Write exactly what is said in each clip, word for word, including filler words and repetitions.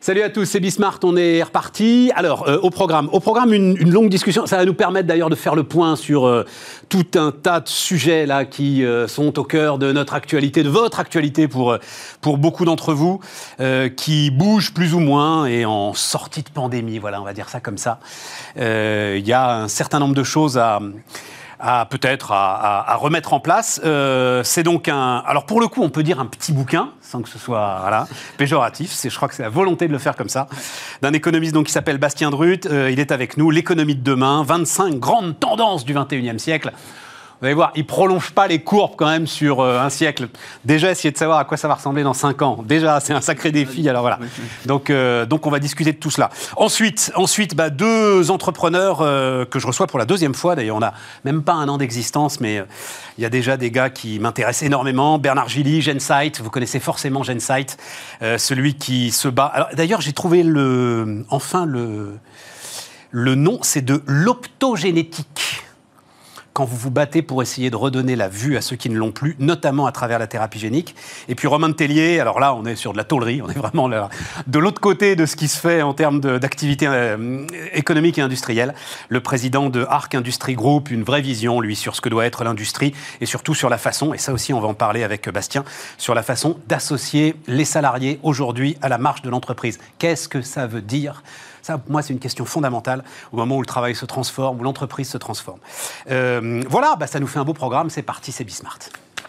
Salut à tous, c'est Bismart, on est reparti. Alors, euh, au programme, au programme une, une longue discussion. Ça va nous permettre d'ailleurs de faire le point sur euh, tout un tas de sujets là qui euh, sont au cœur de notre actualité, de votre actualité pour, euh, pour beaucoup d'entre vous, euh, qui bougent plus ou moins et en sortie de pandémie, voilà, on va dire ça comme ça. Il euh, y a un certain nombre de choses à... à peut-être à, à, à remettre en place. Euh, c'est donc un... Alors pour le coup, on peut dire un petit bouquin, sans que ce soit voilà, péjoratif. C'est, je crois que c'est la volonté de le faire comme ça. D'un économiste donc, qui s'appelle Bastien Drut. Euh, il est avec nous. L'économie de demain, vingt-cinq grandes tendances du vingt et unième siècle. Vous allez voir, il ne prolonge pas les courbes quand même sur euh, un siècle. Déjà, essayer de savoir à quoi ça va ressembler dans cinq ans. Déjà, c'est un sacré défi. Alors voilà. Donc, euh, donc on va discuter de tout cela. Ensuite, ensuite bah, deux entrepreneurs euh, que je reçois pour la deuxième fois. D'ailleurs, on n'a même pas un an d'existence, mais il euh, y a déjà des gars qui m'intéressent énormément. Bernard Gilly, Gensight. Vous connaissez forcément Gensight, euh, celui qui se bat. Alors, d'ailleurs, j'ai trouvé le, enfin le, le nom, c'est de l'optogénétique. Quand vous vous battez pour essayer de redonner la vue à ceux qui ne l'ont plus, notamment à travers la thérapie génique. Et puis Romain de Tellier, alors là, on est sur de la tôlerie, on est vraiment là, de l'autre côté de ce qui se fait en termes de, d'activité euh, économique et industrielle. Le président de Arc Industrie Group, une vraie vision, lui, sur ce que doit être l'industrie et surtout sur la façon, et ça aussi on va en parler avec Bastien, sur la façon d'associer les salariés aujourd'hui à la marche de l'entreprise. Qu'est-ce que ça veut dire ? Ça, pour moi, c'est une question fondamentale au moment où le travail se transforme, où l'entreprise se transforme. Euh, voilà, bah, ça nous fait un beau programme. C'est parti, c'est Bismart.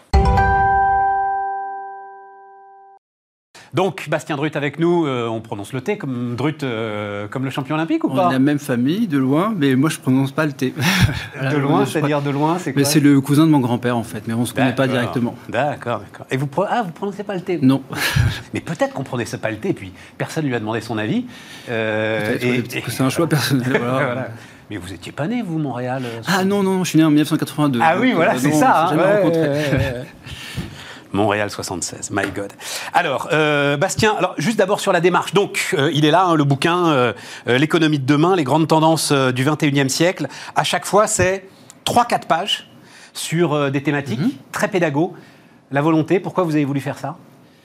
Donc, Bastien Drut avec nous, euh, on prononce le T comme Drut, euh, comme le champion olympique ou pas ? On est la même famille, de loin, mais moi je prononce pas le T. De loin, c'est-à-dire de loin, c'est quoi ? Mais c'est le cousin de mon grand-père en fait, mais on se connaît pas directement. D'accord, d'accord. Et vous, ah, vous prononcez pas le T ? Non. Mais peut-être qu'on prononçait pas le T, et puis personne lui a demandé son avis. Euh, et, et, c'est un choix personnel. Voilà. Voilà. Mais vous étiez pas né, vous, Montréal ? Ah non, non, je suis né en dix-neuf cent quatre-vingt-deux. Ah oui, voilà, euh, c'est non, ça. On s'est jamais hein, rencontrés. Ouais, ouais, ouais. Montréal soixante-seize, my God. Alors, euh, Bastien, alors, juste d'abord sur la démarche. Donc, euh, il est là, hein, le bouquin euh, euh, L'économie de demain, les grandes tendances euh, du vingt et unième siècle. À chaque fois, c'est trois quatre pages sur euh, des thématiques, mm-hmm. très pédago. La volonté, pourquoi vous avez voulu faire ça ?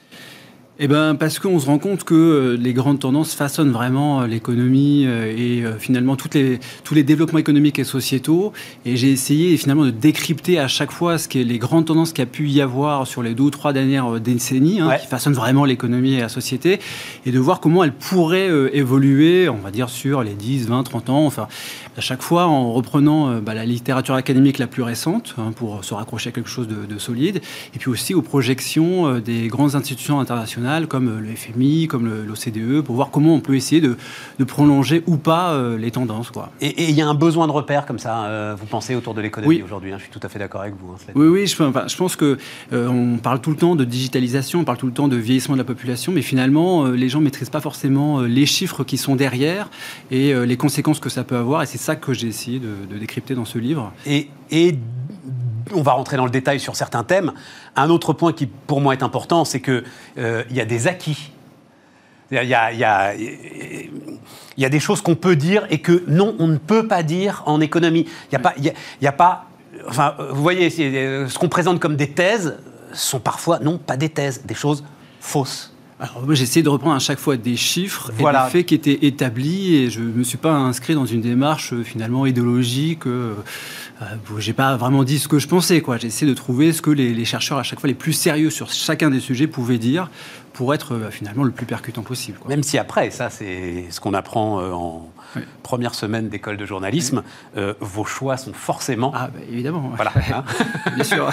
Eh ben, parce qu'on se rend compte que les grandes tendances façonnent vraiment l'économie et finalement toutes les, tous les développements économiques et sociétaux. Et j'ai essayé finalement de décrypter à chaque fois ce qu'est les grandes tendances qu'il y a pu y avoir sur les deux ou trois dernières décennies, hein, ouais. qui façonnent vraiment l'économie et la société, et de voir comment elles pourraient euh, évoluer, on va dire, sur les dix, vingt, trente ans. Enfin, à chaque fois en reprenant euh, bah, la littérature académique la plus récente, hein, pour se raccrocher à quelque chose de, de solide, et puis aussi aux projections euh, des grandes institutions internationales comme le F M I, comme le, l'O C D E, pour voir comment on peut essayer de, de prolonger ou pas euh, les tendances, quoi. Et il y a un besoin de repères comme ça, euh, vous pensez, autour de l'économie oui. aujourd'hui, hein, je suis tout à fait d'accord avec vous. Hein, oui, oui, je, enfin, je pense qu'on euh, parle tout le temps de digitalisation, on parle tout le temps de vieillissement de la population, mais finalement, euh, les gens ne maîtrisent pas forcément euh, les chiffres qui sont derrière et euh, les conséquences que ça peut avoir, et c'est ça que j'ai essayé de, de décrypter dans ce livre. Et... et... on va rentrer dans le détail sur certains thèmes. Un autre point qui, pour moi, est important, c'est qu'il euh, y a des acquis. Il y a, il y a, il y a des choses qu'on peut dire et que, non, on ne peut pas dire en économie. Il n'y a pas... Il y a, il y a pas enfin, vous voyez, ce qu'on présente comme des thèses sont parfois, non, pas des thèses, des choses fausses. Alors, moi, j'ai essayé de reprendre à chaque fois des chiffres voilà. et des faits qui étaient établis, et je ne me suis pas inscrit dans une démarche euh, finalement idéologique. Euh, euh, j'ai pas vraiment dit ce que je pensais, quoi. J'ai essayé de trouver ce que les, les chercheurs à chaque fois les plus sérieux sur chacun des sujets pouvaient dire pour être euh, finalement le plus percutant possible, quoi. Même si après, ça c'est ce qu'on apprend euh, en oui. première semaine d'école de journalisme, oui. euh, vos choix sont forcément... Ah bah, évidemment. Voilà. Hein. Bien sûr.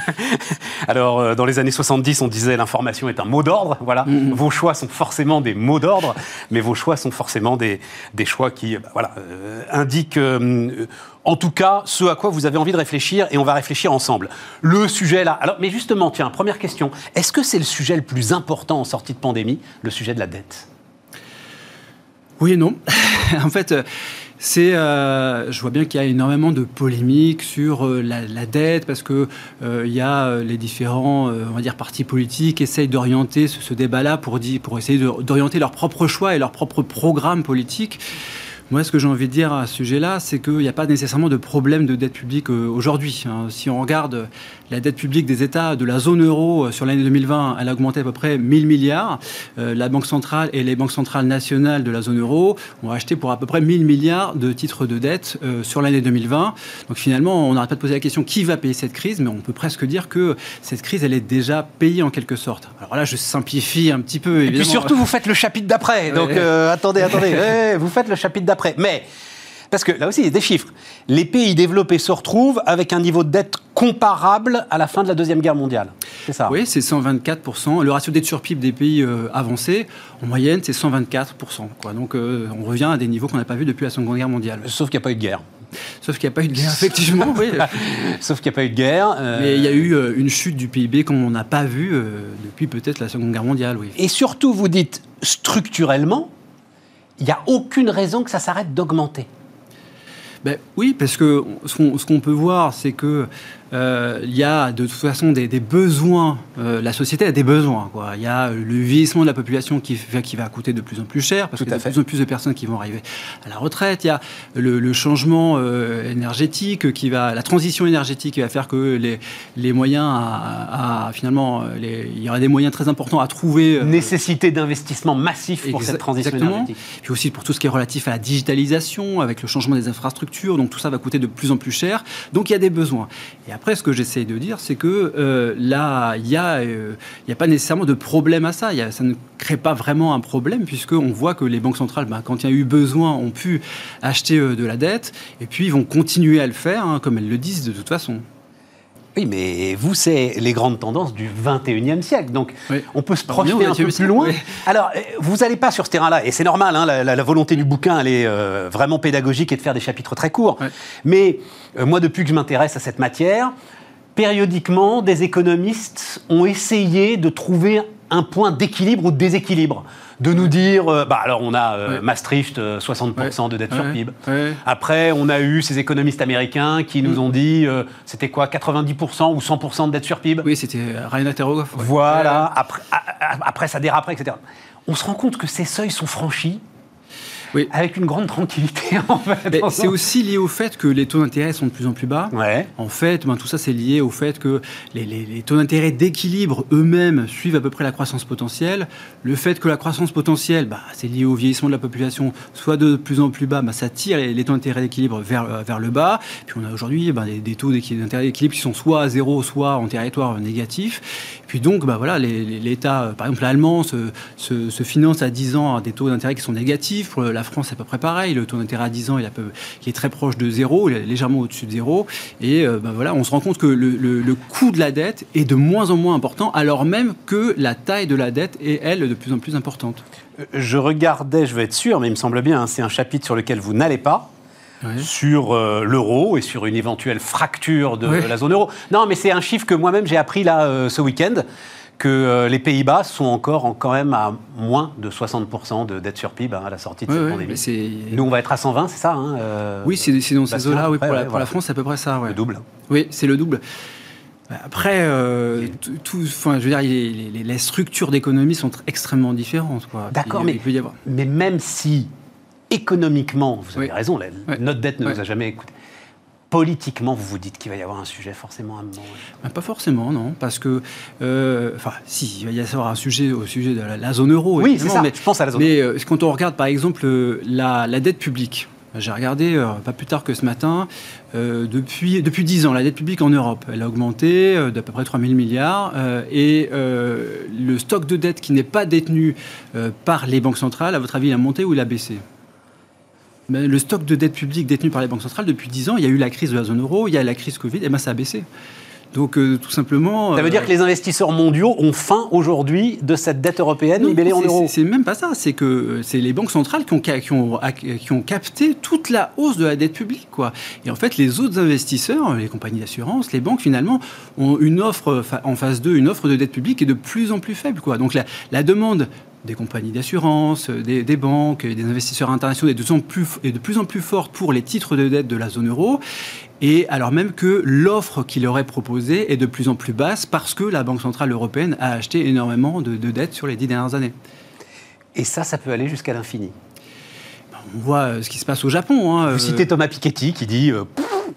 Alors, euh, dans les années soixante-dix, on disait l'information est un mot d'ordre. Voilà. Mm-hmm. Vos choix sont forcément des mots d'ordre, mais vos choix sont forcément des, des choix qui bah, voilà, euh, indiquent... Euh, en tout cas, ce à quoi vous avez envie de réfléchir, et on va réfléchir ensemble. Le sujet là... Alors, mais justement, tiens, première question. Est-ce que c'est le sujet le plus important en sortie de pandémie, le sujet de la dette ? Oui et non. En fait, c'est, euh, je vois bien qu'il y a énormément de polémiques sur euh, la, la dette, parce que euh, il y a euh, les différents, euh, on va dire, partis politiques qui essayent d'orienter ce, ce débat-là pour, dire, pour essayer de, d'orienter leurs propres choix et leurs propres programmes politiques. Moi, ce que j'ai envie de dire à ce sujet-là, c'est qu'il n'y a pas nécessairement de problème de dette publique euh, aujourd'hui. Hein. Si on regarde la dette publique des États de la zone euro euh, sur l'année deux mille vingt, elle a augmenté à peu près mille milliards. Euh, la Banque centrale et les banques centrales nationales de la zone euro ont acheté pour à peu près mille milliards de titres de dette euh, sur l'année deux mille vingt. Donc finalement, on n'arrête pas de poser la question qui va payer cette crise, mais on peut presque dire que cette crise, elle est déjà payée en quelque sorte. Alors là, je simplifie un petit peu, évidemment. Et puis surtout, vous faites le chapitre d'après. Ouais. Donc euh, attendez, attendez. ouais, vous faites le chapitre d'après. Mais, parce que là aussi, il y a des chiffres. Les pays développés se retrouvent avec un niveau de dette comparable à la fin de la Deuxième Guerre mondiale. C'est ça? Oui, c'est cent vingt-quatre pour cent. Le ratio dette sur P I B des pays euh, avancés, en moyenne, c'est cent vingt-quatre pour cent. Quoi. Donc, euh, on revient à des niveaux qu'on n'a pas vus depuis la Seconde Guerre mondiale. Sauf qu'il n'y a pas eu de guerre. Sauf qu'il n'y a pas eu de guerre, effectivement. Oui. Sauf qu'il n'y a pas eu de guerre. Euh... Mais il y a eu euh, une chute du P I B comme on n'a pas vu euh, depuis peut-être la Seconde Guerre mondiale. Oui. Et surtout, vous dites structurellement, il n'y a aucune raison que ça s'arrête d'augmenter. Ben, oui, parce que ce qu'on, ce qu'on peut voir, c'est que euh, il y a de toute façon des, des besoins. Euh, la société a des besoins, quoi. Il y a le vieillissement de la population qui, qui va coûter de plus en plus cher parce qu'il y a de plus en plus de personnes qui vont arriver à la retraite. Il y a le, le changement euh, énergétique qui va, la transition énergétique qui va faire que les, les moyens à, à finalement, les, il y aura des moyens très importants à trouver. Euh, Nécessité d'investissement massif pour exa- cette transition exactement. énergétique. Puis aussi pour tout ce qui est relatif à la digitalisation, avec le changement des infrastructures. Donc tout ça va coûter de plus en plus cher. Donc il y a des besoins. Et après, ce que j'essaye de dire, c'est que euh, là, il n'y a, euh, a pas nécessairement de problème à ça. Y a, ça ne crée pas vraiment un problème, puisqu'on voit que les banques centrales, ben, quand il y a eu besoin, ont pu acheter euh, de la dette. Et puis, ils vont continuer à le faire, hein, comme elles le disent de toute façon. Oui, mais vous, c'est les grandes tendances du vingt et unième siècle. Donc, oui. on peut se projeter un peu plus siècle, loin. Oui. Alors, vous n'allez pas sur ce terrain-là, et c'est normal, hein, la, la, la volonté du bouquin, elle est euh, vraiment pédagogique et de faire des chapitres très courts. Oui. Mais euh, moi, depuis que je m'intéresse à cette matière, périodiquement, des économistes ont essayé de trouver un point d'équilibre ou de déséquilibre. De nous dire, euh, bah alors on a euh, ouais. Maastricht, euh, soixante pour cent ouais. de dette ouais. sur P I B. Ouais. Après, on a eu ces économistes américains qui nous mmh. ont dit, euh, c'était quoi, quatre-vingt-dix pour cent ou cent pour cent de dette sur P I B. Oui, c'était Rainer Terogov. Ouais. Voilà, ouais. après, a, a, après ça déraperait, et cetera. On se rend compte que ces seuils sont franchis. Oui. Avec une grande tranquillité, en fait. C'est aussi lié au fait que les taux d'intérêt sont de plus en plus bas. Ouais. En fait, ben, tout ça, c'est lié au fait que les, les, les taux d'intérêt d'équilibre eux-mêmes suivent à peu près la croissance potentielle. Le fait que la croissance potentielle, ben, c'est lié au vieillissement de la population, soit de plus en plus bas, ben, ça tire les, les taux d'intérêt d'équilibre vers, vers le bas. Puis on a aujourd'hui ben, des, des taux d'intérêt d'équilibre qui sont soit à zéro, soit en territoire négatif. Puis donc, ben, voilà, les, les, l'État, par exemple, l'Allemand se, se, se finance à dix ans à des taux d'intérêt qui sont négatifs. Pour la France, c'est à peu près pareil. Le taux d'intérêt à dix ans, il, a peu, il est très proche de zéro, il est légèrement au-dessus de zéro. Et euh, ben voilà, on se rend compte que le, le, le coût de la dette est de moins en moins important, alors même que la taille de la dette est, elle, de plus en plus importante. Je regardais, je veux être sûr, mais il me semble bien, hein, c'est un chapitre sur lequel vous n'allez pas. Ouais. Sur euh, l'euro et sur une éventuelle fracture de ouais. la zone euro. Non, mais c'est un chiffre que moi-même j'ai appris là euh, ce week-end, que euh, les Pays-Bas sont encore en, quand même à moins de soixante pour cent de dette sur P I B hein, à la sortie de ouais, cette ouais, pandémie. C'est... Nous, on va être à cent vingt, c'est ça hein, euh, Oui, c'est, c'est dans ces eaux-là. Oui, pour, ouais, la, pour voilà. la France, c'est à peu près ça. Ouais. Le double. Oui, c'est le double. Après, euh, tout, enfin, je veux dire, les, les, les structures d'économie sont extrêmement différentes. Quoi. D'accord, Puis, mais, il peut y avoir... mais même si économiquement, vous avez oui. raison, la, oui. notre dette ne oui. nous a jamais écouté. Politiquement, vous vous dites qu'il va y avoir un sujet forcément à un moment. Ben, pas forcément, non, parce que, euh, enfin, si, il va y avoir un sujet au sujet de la, la zone euro. Oui, c'est ça. Mais, je pense à la zone. Mais euh, quand on regarde, par exemple, la, la dette publique. J'ai regardé, euh, pas plus tard que ce matin, euh, depuis, depuis dix ans, la dette publique en Europe, elle a augmenté euh, d'à peu près trois mille milliards euh, et euh, le stock de dette qui n'est pas détenu euh, par les banques centrales, à votre avis, il a monté ou il a baissé ? Mais le stock de dette publique détenu par les banques centrales, depuis dix ans, il y a eu la crise de la zone euro, il y a la crise Covid, et ben ça a baissé. Donc, euh, tout simplement... Ça veut euh, dire que les investisseurs mondiaux ont faim aujourd'hui de cette dette européenne libellée en euros. C'est même pas ça. C'est que c'est les banques centrales qui ont, qui, ont, qui ont capté toute la hausse de la dette publique, quoi. Et en fait, les autres investisseurs, les compagnies d'assurance, les banques, finalement, ont une offre en face d'eux, une offre de dette publique qui est de plus en plus faible, quoi. Donc, la, la demande des compagnies d'assurance, des, des banques, des investisseurs internationaux est de, plus en plus, est de plus en plus forte pour les titres de dette de la zone euro. Et alors même que l'offre qu'il aurait proposée est de plus en plus basse parce que la Banque centrale européenne a acheté énormément de, de dettes sur les dix dernières années. Et ça, ça peut aller jusqu'à l'infini. on voit ce qui se passe au Japon. Hein. Vous citez Thomas Piketty qui dit... Euh,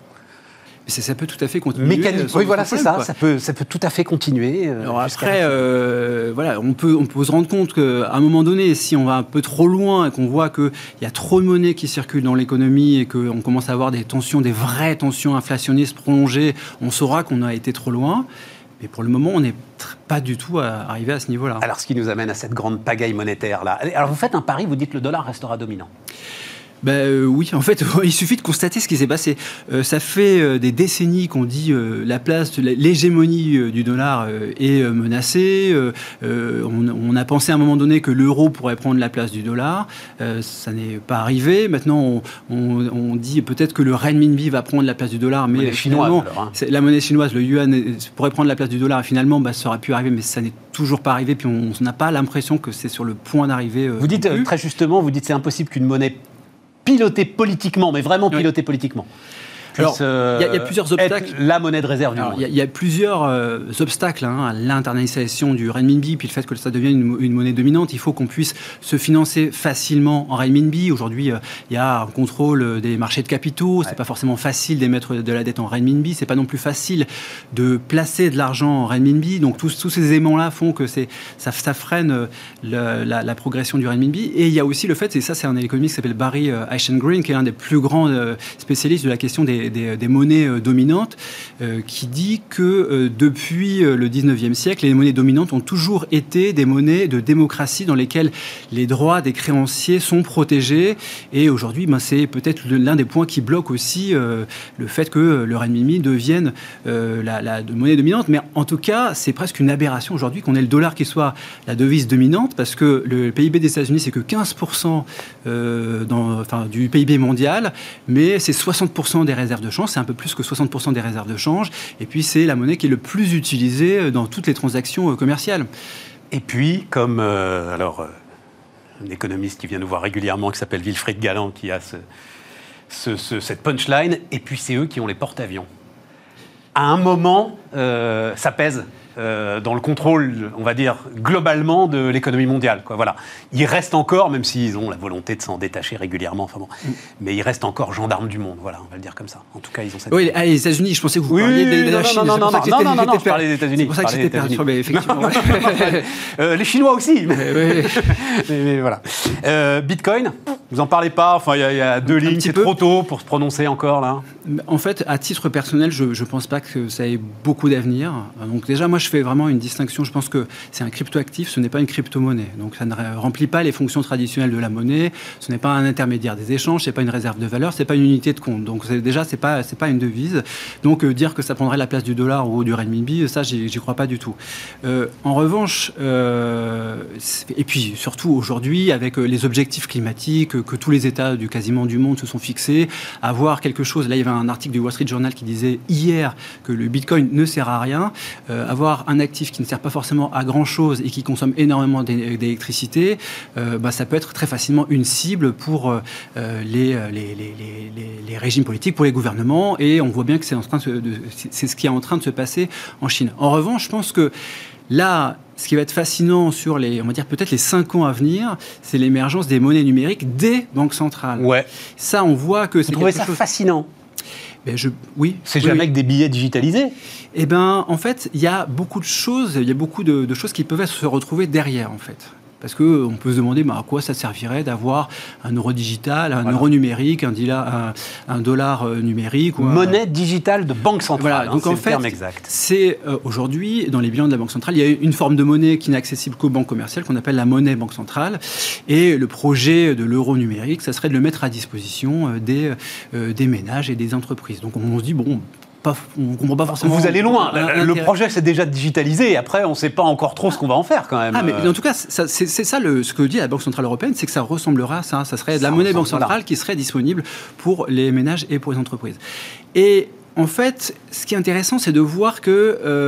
Mais ça, ça peut tout à fait continuer. Mécanique. Oui, voilà, c'est ça. Ça peut, ça peut tout à fait continuer. Euh, Alors après, euh, voilà, on peut, on peut se rendre compte qu'à un moment donné, si on va un peu trop loin et qu'on voit qu'il y a trop de monnaie qui circule dans l'économie et qu'on commence à avoir des tensions, des vraies tensions inflationnistes prolongées, on saura qu'on a été trop loin. Mais pour le moment, on n'est pas du tout arrivé à ce niveau-là. Alors, ce qui nous amène à cette grande pagaille monétaire-là. Alors, vous faites un pari, vous dites que le dollar restera dominant. Ben euh, oui, en fait, il suffit de constater ce qui s'est passé. Euh, ça fait euh, des décennies qu'on dit euh, la place, l'hégémonie euh, du dollar euh, est euh, menacée. Euh, euh, on, on a pensé à un moment donné que l'euro pourrait prendre la place du dollar. Euh, ça n'est pas arrivé. Maintenant, on, on, on dit peut-être que le renminbi va prendre la place du dollar, mais finalement, alors, hein. La monnaie chinoise, le yuan, pourrait prendre la place du dollar. Et finalement, bah, ça aurait pu arriver, mais ça n'est toujours pas arrivé. Puis on n'a pas l'impression que c'est sur le point d'arriver. Euh, vous dites euh, très justement, vous dites c'est impossible qu'une monnaie piloté politiquement, mais vraiment piloté oui. politiquement. Alors, il euh, y, y a plusieurs obstacles. La monnaie de réserve du Alors, monde. Il y, y a plusieurs euh, obstacles hein, à l'internalisation du renminbi, puis le fait que ça devienne une, une monnaie dominante. Il faut qu'on puisse se financer facilement en renminbi. Aujourd'hui, il euh, y a un contrôle des marchés de capitaux. Ouais. C'est pas forcément facile d'émettre de la dette en renminbi. C'est pas non plus facile de placer de l'argent en renminbi. Donc tous, tous ces éléments-là font que c'est, ça, ça freine le, la, la progression du renminbi. Et il y a aussi le fait, et ça c'est un économiste qui s'appelle Barry Eichengreen, qui est l'un des plus grands euh, spécialistes de la question des Des, des monnaies euh, dominantes, euh, qui dit que euh, depuis euh, le dix-neuvième siècle, les monnaies dominantes ont toujours été des monnaies de démocratie dans lesquelles les droits des créanciers sont protégés. Et aujourd'hui, ben, c'est peut-être l'un des points qui bloque aussi euh, le fait que le renminbi devienne euh, la, la monnaie dominante. Mais en tout cas, c'est presque une aberration aujourd'hui qu'on ait le dollar qui soit la devise dominante, parce que le P I B des États-Unis, c'est que quinze pour cent euh, dans, enfin, du P I B mondial, mais c'est soixante pour cent des réserves de change, c'est un peu plus que soixante pour cent des réserves de change, et puis c'est la monnaie qui est le plus utilisée dans toutes les transactions commerciales. Et puis, comme euh, alors, euh, un économiste qui vient nous voir régulièrement, qui s'appelle Wilfried Galland, qui a ce, ce, ce, cette punchline, et puis c'est eux qui ont les porte-avions. À un moment, euh, ça pèse euh, dans le contrôle, on va dire, globalement de l'économie mondiale, quoi. Voilà. Ils restent encore, même s'ils ont la volonté de s'en détacher régulièrement, enfin bon, mm. mais ils restent encore gendarmes du monde, voilà, on va le dire comme ça. En tout cas, ils ont cette... Oui, ah, les États-unis, je pensais que vous oui, parliez oui, de, de non, la Chine. Non, non, non, non, non, non, non, non, je parlais des États-Unis. C'est pour ça que j'étais perdu, mais effectivement. Ouais. euh, les Chinois aussi, mais, mais, mais voilà. Euh, Bitcoin, vous en parlez pas, enfin, il y, y a deux lignes, c'est trop tôt pour se prononcer encore, là. En fait, à titre personnel, je ne pense pas que ça ait beaucoup d'avenir. Donc déjà, moi, je fais vraiment une distinction. Je pense que c'est un cryptoactif, ce n'est pas une crypto-monnaie. Donc ça ne remplit pas les fonctions traditionnelles de la monnaie, ce n'est pas un intermédiaire des échanges, ce n'est pas une réserve de valeur, ce n'est pas une unité de compte. Donc déjà, ce n'est pas, c'est pas une devise. Donc euh, dire que ça prendrait la place du dollar ou du renminbi, ça, j'y, j'y crois pas du tout. Euh, en revanche, euh, et puis surtout aujourd'hui, avec les objectifs climatiques que tous les États du quasiment du monde se sont fixés, avoir quelque chose, là il y avait un article du Wall Street Journal qui disait hier que le Bitcoin ne sert à rien, euh, avoir un actif qui ne sert pas forcément à grand-chose et qui consomme énormément d'électricité, euh, bah, ça peut être très facilement une cible pour euh, les, les, les, les, les régimes politiques, pour les gouvernements, et on voit bien que c'est, en train de, de, c'est ce qui est en train de se passer en Chine. En revanche, je pense que là, ce qui va être fascinant sur les, on va dire peut-être les cinq ans à venir, c'est l'émergence des monnaies numériques des banques centrales. Ouais. Ça, on voit que Vous c'est trouvez quelque ça chose... fascinant? Ben je, oui. C'est oui, jamais oui. avec des billets digitalisés? Eh ben, en fait, il y a beaucoup de choses, il y a beaucoup de, de choses qui peuvent se retrouver derrière, en fait. Parce qu'on peut se demander bah, à quoi ça servirait d'avoir un euro digital, un voilà. euro numérique, un, un, un dollar numérique. Ou Monnaie un... digitale de banque centrale, voilà. hein, Donc, c'est en le fait, terme exact. C'est euh, aujourd'hui, dans les bilans de la Banque centrale, il y a une forme de monnaie qui n'est accessible qu'aux banques commerciales, qu'on appelle la monnaie banque centrale. Et le projet de l'euro numérique, ça serait de le mettre à disposition euh, des, euh, des ménages et des entreprises. Donc on se dit, bon... Pas, on comprend pas forcément. Vous allez loin. Un, le un projet c'est déjà digitalisé. Et après, on ne sait pas encore trop ce qu'on va en faire quand même. Ah, mais en tout cas, ça, c'est, c'est ça le, ce que dit la Banque centrale européenne, c'est que ça ressemblera à ça. Ça serait de la monnaie banque centrale là. qui serait disponible pour les ménages et pour les entreprises. Et en fait, ce qui est intéressant, c'est de voir que euh,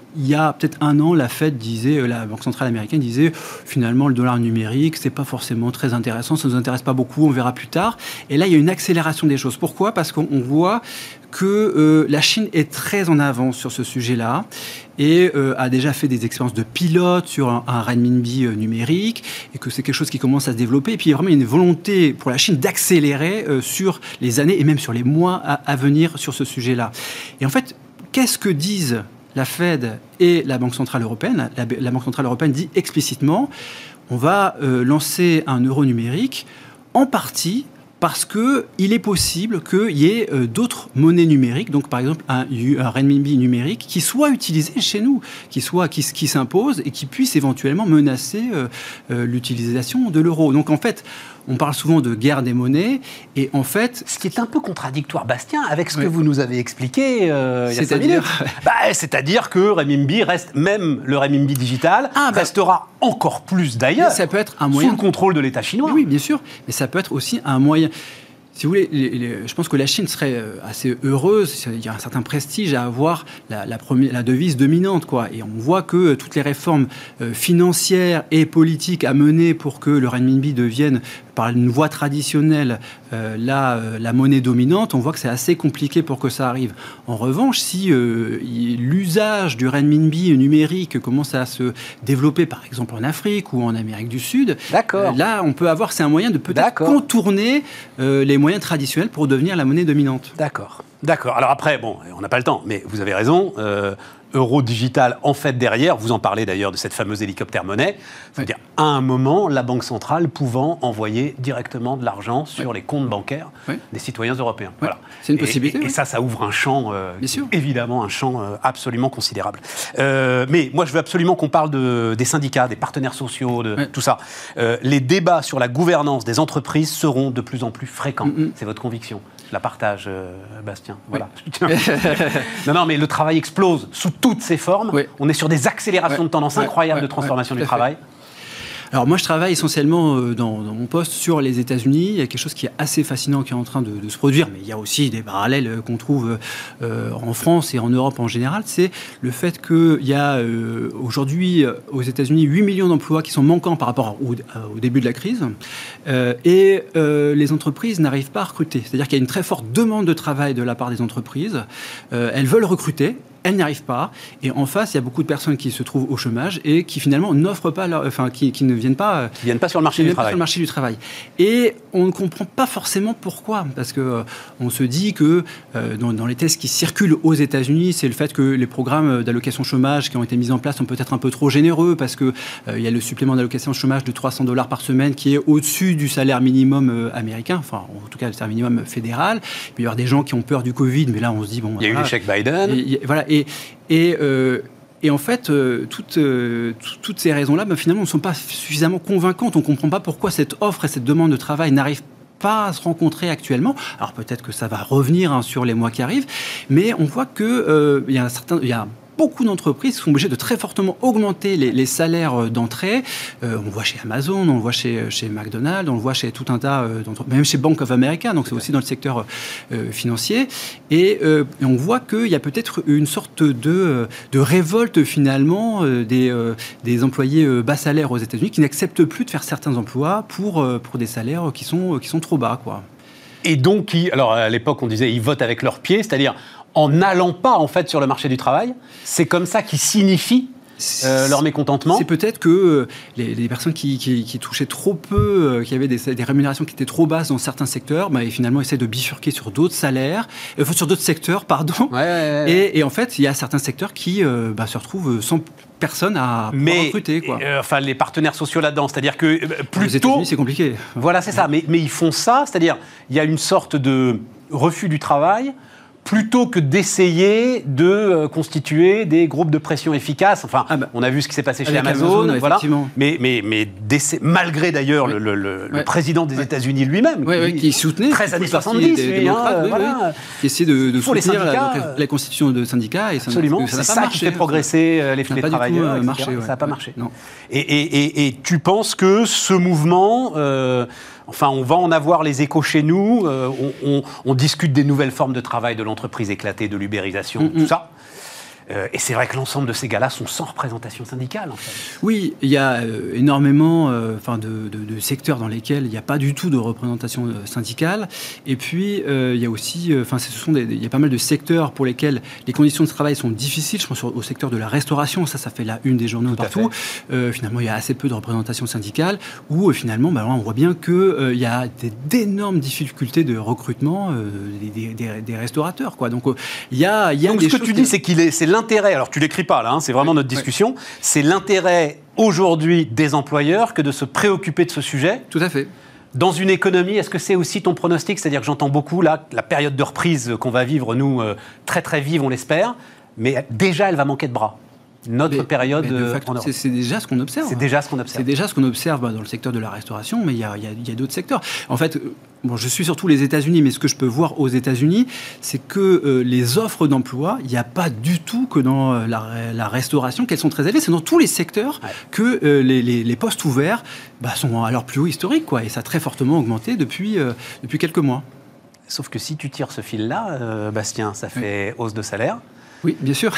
il y a peut-être un an, la Fed disait, la Banque centrale américaine disait, finalement, le dollar numérique, c'est pas forcément très intéressant, ça nous intéresse pas beaucoup, on verra plus tard. Et là, il y a une accélération des choses. Pourquoi ? Parce qu'on voit que euh, la Chine est très en avance sur ce sujet-là et euh, a déjà fait des expériences de pilote sur un, un renminbi euh, numérique et que c'est quelque chose qui commence à se développer. Et puis, il y a vraiment une volonté pour la Chine d'accélérer euh, sur les années et même sur les mois à, à venir sur ce sujet-là. Et en fait, qu'est-ce que disent la Fed et la Banque centrale européenne ? La, la Banque centrale européenne dit explicitement on va euh, lancer un euro numérique en partie parce qu'il est possible qu'il y ait euh, d'autres monnaies numériques, donc par exemple un, un renminbi numérique, qui soit utilisé chez nous, qui, soit, qui, qui s'impose et qui puisse éventuellement menacer euh, euh, l'utilisation de l'euro. Donc en fait, on parle souvent de guerre des monnaies, et en fait... Ce qui est un peu contradictoire, Bastien, avec ce oui. que vous nous avez expliqué euh, il y a cinq C'est-à-dire minutes. Bah, c'est-à-dire que renminbi reste, même le renminbi digital, ah, bah, restera encore plus d'ailleurs, ça peut être un moyen... sous le contrôle de l'État chinois. Oui, bien sûr, mais ça peut être aussi un moyen... Si vous voulez, les, les, je pense que la Chine serait assez heureuse, il y a un certain prestige à avoir la, la, première, la devise dominante, quoi. Et on voit que toutes les réformes euh, financières et politiques à mener pour que le renminbi devienne, par une voie traditionnelle, euh, la, euh, la monnaie dominante, on voit que c'est assez compliqué pour que ça arrive. En revanche, si euh, l'usage du renminbi numérique commence à se développer, par exemple en Afrique ou en Amérique du Sud, euh, là, on peut avoir, c'est un moyen de peut-être contourner euh, les moyens traditionnels pour devenir la monnaie dominante. D'accord. D'accord. Alors après, bon, on n'a pas le temps, mais vous avez raison. Euh, euro digital, en fait, derrière, vous en parlez d'ailleurs de cette fameuse hélicoptère-monnaie, c'est-à-dire oui. à un moment, la Banque centrale pouvant envoyer directement de l'argent sur oui. les comptes bancaires oui. des citoyens européens. Oui. Voilà. C'est une possibilité. Et, et, oui. et ça, ça ouvre un champ, euh, évidemment, un champ euh, absolument considérable. Euh, mais moi, je veux absolument qu'on parle de, des syndicats, des partenaires sociaux, de oui. tout ça. Euh, les débats sur la gouvernance des entreprises seront de plus en plus fréquents. Mm-hmm. C'est votre conviction. Je la partage, euh, Bastien. Voilà. Oui. non, non, mais le travail explose sous toutes ses formes. Oui. On est sur des accélérations oui. de tendance incroyables oui. de transformation oui. du travail. Fait. Alors moi, je travaille essentiellement dans, dans mon poste sur les États-Unis. Il y a quelque chose qui est assez fascinant qui est en train de, de se produire, mais il y a aussi des parallèles qu'on trouve euh, en France et en Europe en général. C'est le fait qu'il y a euh, aujourd'hui aux États-Unis huit millions d'emplois qui sont manquants par rapport au, au début de la crise, euh, et euh, les entreprises n'arrivent pas à recruter. C'est-à-dire qu'il y a une très forte demande de travail de la part des entreprises. Euh, elles veulent recruter. Elles n'y arrivent pas. Et en face, il y a beaucoup de personnes qui se trouvent au chômage et qui finalement n'offrent pas, leur, enfin, qui, qui ne viennent pas, qui viennent pas sur le marché du travail. Sur le marché du travail. Et on ne comprend pas forcément pourquoi, parce que euh, on se dit que euh, dans, dans les tests qui circulent aux États-Unis, c'est le fait que les programmes d'allocation chômage qui ont été mis en place sont peut-être un peu trop généreux, parce que euh, il y a le supplément d'allocation chômage de trois cents dollars par semaine qui est au-dessus du salaire minimum euh, américain, enfin en tout cas le salaire minimum fédéral. Il peut y avoir des gens qui ont peur du Covid, mais là on se dit bon. Il y a voilà, eu l'échec Biden. Et, et, voilà. Et, et, euh, et en fait, euh, toutes, euh, toutes ces raisons-là, ben, finalement, ne sont pas suffisamment convaincantes. On ne comprend pas pourquoi cette offre et cette demande de travail n'arrivent pas à se rencontrer actuellement. Alors peut-être que ça va revenir hein, sur les mois qui arrivent, mais on voit qu'il euh, y a un certain... Y a beaucoup d'entreprises sont obligées de très fortement augmenter les, les salaires d'entrée. Euh, on le voit chez Amazon, on le voit chez, chez McDonald's, on le voit chez tout un tas d'entreprises, même chez Bank of America, donc c'est aussi dans le secteur euh, financier. Et, euh, et on voit qu'il y a peut-être une sorte de, de révolte finalement euh, des, euh, des employés euh, bas salaires aux États-Unis qui n'acceptent plus de faire certains emplois pour, euh, pour des salaires qui sont, qui sont trop bas, quoi. Et donc, qui, alors à l'époque on disait ils votent avec leurs pieds, c'est-à-dire en n'allant pas en fait sur le marché du travail, c'est comme ça qu'ils signifient euh, leur mécontentement. C'est peut-être que euh, les, les personnes qui, qui, qui touchaient trop peu, euh, qui avaient des, des rémunérations qui étaient trop basses dans certains secteurs, bah, et finalement essaient de bifurquer sur d'autres salaires, euh, sur d'autres secteurs, pardon. Ouais, ouais, ouais. Et, et en fait, il y a certains secteurs qui euh, bah, se retrouvent sans personne à mais, recruter, quoi. Euh, enfin, les partenaires sociaux là-dedans, c'est-à-dire que euh, plutôt. Les États-Unis, c'est compliqué. Voilà, c'est ça. Mais, mais ils font ça, c'est-à-dire il y a une sorte de refus du travail. Plutôt que d'essayer de euh, constituer des groupes de pression efficaces. Enfin, ah bah, on a vu ce qui s'est passé chez Amazon, Amazon voilà. Mais, mais, mais malgré d'ailleurs oui. le, le, le ouais. président des ouais. États-Unis lui-même, ouais, qui, ouais, qui soutenait treize années soixante-dix, des, des lui, hein, oui, voilà. oui. qui essayait de, de soutenir syndicats, la, la constitution de syndicats. Et absolument, ça, ça c'est ça marché, qui fait progresser ça, les, les travailleurs, tout, marché, ouais. Ça n'a pas ouais. marché. Non. Et, et, et, et tu penses que ce mouvement... Euh, Enfin, on va en avoir les échos chez nous. Euh, on, on, on discute des nouvelles formes de travail, de l'entreprise éclatée, de l'ubérisation, mm-hmm. tout ça. Euh, et c'est vrai que l'ensemble de ces gars-là sont sans représentation syndicale, en fait. Oui, il y a euh, énormément euh, enfin de, de, de secteurs dans lesquels il n'y a pas du tout de représentation euh, syndicale. Et puis, euh, il y a aussi, enfin, euh, ce sont des, il y a pas mal de secteurs pour lesquels les conditions de travail sont difficiles. Je pense au secteur de la restauration, ça, ça fait la une des journaux tout partout. Euh, finalement, il y a assez peu de représentation syndicale, où euh, finalement, bah, on voit bien qu'il euh, y a des, d'énormes difficultés de recrutement euh, des, des, des restaurateurs, quoi. Donc, il euh, y a, il y a Donc, des ce que tu dis, c'est qu'il est, c'est l'intérêt. Alors, tu l'écris pas là, hein, c'est vraiment notre discussion. Ouais. C'est l'intérêt aujourd'hui des employeurs que de se préoccuper de ce sujet. Tout à fait. Dans une économie, est-ce que c'est aussi ton pronostic? C'est-à-dire que j'entends beaucoup là la période de reprise qu'on va vivre, nous, euh, très très vive, on l'espère, mais déjà elle va manquer de bras. Notre mais, période mais de facto, en Europe. C'est, c'est déjà ce qu'on observe. C'est déjà ce qu'on observe. C'est déjà ce qu'on observe bah, dans le secteur de la restauration, mais il y a, y a, y a d'autres secteurs. En fait, bon, je suis surtout les États-Unis, mais ce que je peux voir aux États-Unis, c'est que euh, les offres d'emploi, il n'y a pas du tout que dans euh, la, la restauration qu'elles sont très élevées. C'est dans tous les secteurs ouais. que euh, les, les, les postes ouverts bah, sont à leur plus haut historique, quoi, et ça a très fortement augmenté depuis, euh, depuis quelques mois. Sauf que si tu tires ce fil-là, euh, Bastien, ça fait oui. hausse de salaire. Oui, bien sûr.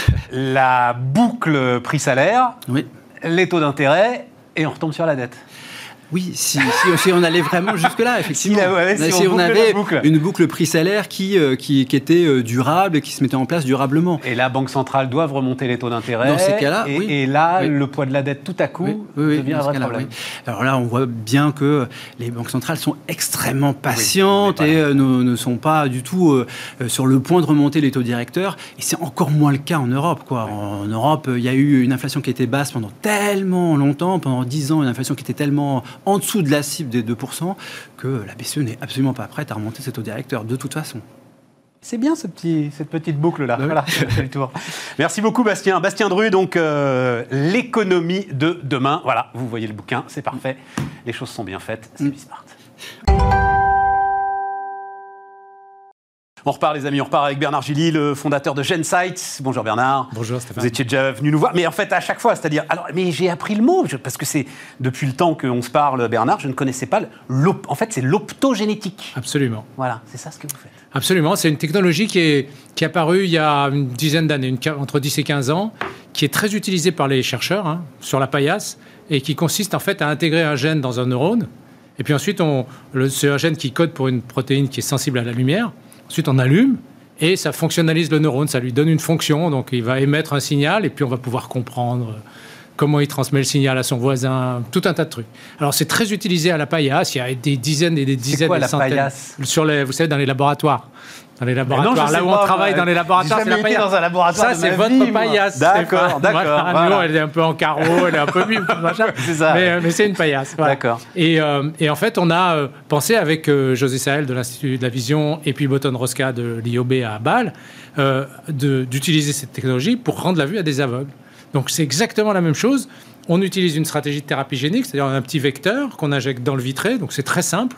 La boucle prix-salaire, oui. les taux d'intérêt, et on retombe sur la dette. Oui, si, si, si on allait vraiment jusque-là, effectivement. Si, la, ouais, si, si on, on avait boucle. une boucle prix-salaire qui, euh, qui, qui était durable et qui se mettait en place durablement. Et la Banque centrale doit remonter les taux d'intérêt. Dans ces cas-là, et, oui. Et là, oui. le poids de la dette, tout à coup, oui, oui, devient un vrai problème. Oui. Alors là, on voit bien que les banques centrales sont extrêmement patientes oui, et euh, ne, ne sont pas du tout euh, sur le point de remonter les taux directeurs. Et c'est encore moins le cas en Europe, quoi. Oui. En, en Europe, il y a eu une inflation qui était basse pendant tellement longtemps, pendant dix ans, une inflation qui était tellement en dessous de la cible des deux pour cent, que la B C E n'est absolument pas prête à remonter ses taux directeurs, de toute façon. C'est bien ce petit, cette petite boucle-là. Oui. Voilà, fait le tour. Merci beaucoup, Bastien. Bastien Dru, donc euh, l'économie de demain. Voilà, vous voyez le bouquin, c'est parfait. Les choses sont bien faites, c'est mm. Bismart. On repart, les amis, on repart avec Bernard Gilly, le fondateur de Gensight. Bonjour Bernard. Bonjour Stéphane. Vous étiez déjà venu nous voir, mais en fait à chaque fois, c'est-à-dire, alors, mais j'ai appris le mot, je, parce que c'est depuis le temps qu'on se parle, Bernard, je ne connaissais pas. L'op, en fait, c'est l'optogénétique. Absolument. Voilà, c'est ça ce que vous faites. Absolument, c'est une technologie qui est, qui est apparue il y a une dizaine d'années, une, entre dix et quinze ans, qui est très utilisée par les chercheurs hein, sur la paillasse, et qui consiste en fait à intégrer un gène dans un neurone, et puis ensuite, on, le, c'est un gène qui code pour une protéine qui est sensible à la lumière. Ensuite, on allume et ça fonctionnalise le neurone, ça lui donne une fonction, donc il va émettre un signal et puis on va pouvoir comprendre comment il transmet le signal à son voisin, tout un tas de trucs. Alors, c'est très utilisé à la paillasse, il y a des dizaines et des dizaines, c'est quoi, des la centaines. Paillasse sur les, vous savez, dans les laboratoires. Dans les laboratoires, non, là où pas, on travaille moi, dans les laboratoires, c'est la paillasse. Dans un laboratoire ça, de c'est ma votre vie, paillasse. D'accord, d'accord. Voilà. Voilà. Nous, elle est un peu en carreau, elle est un peu mûre, machin. C'est ça. Mais, mais c'est une paillasse. Voilà. D'accord. Et, euh, et en fait, on a euh, pensé avec euh, José Sahel de l'Institut de la Vision et puis Boton Rosca de l'I O B à Bâle, euh, de, d'utiliser cette technologie pour rendre la vue à des aveugles. Donc, c'est exactement la même chose. On utilise une stratégie de thérapie génique, c'est-à-dire un petit vecteur qu'on injecte dans le vitré. Donc, c'est très simple.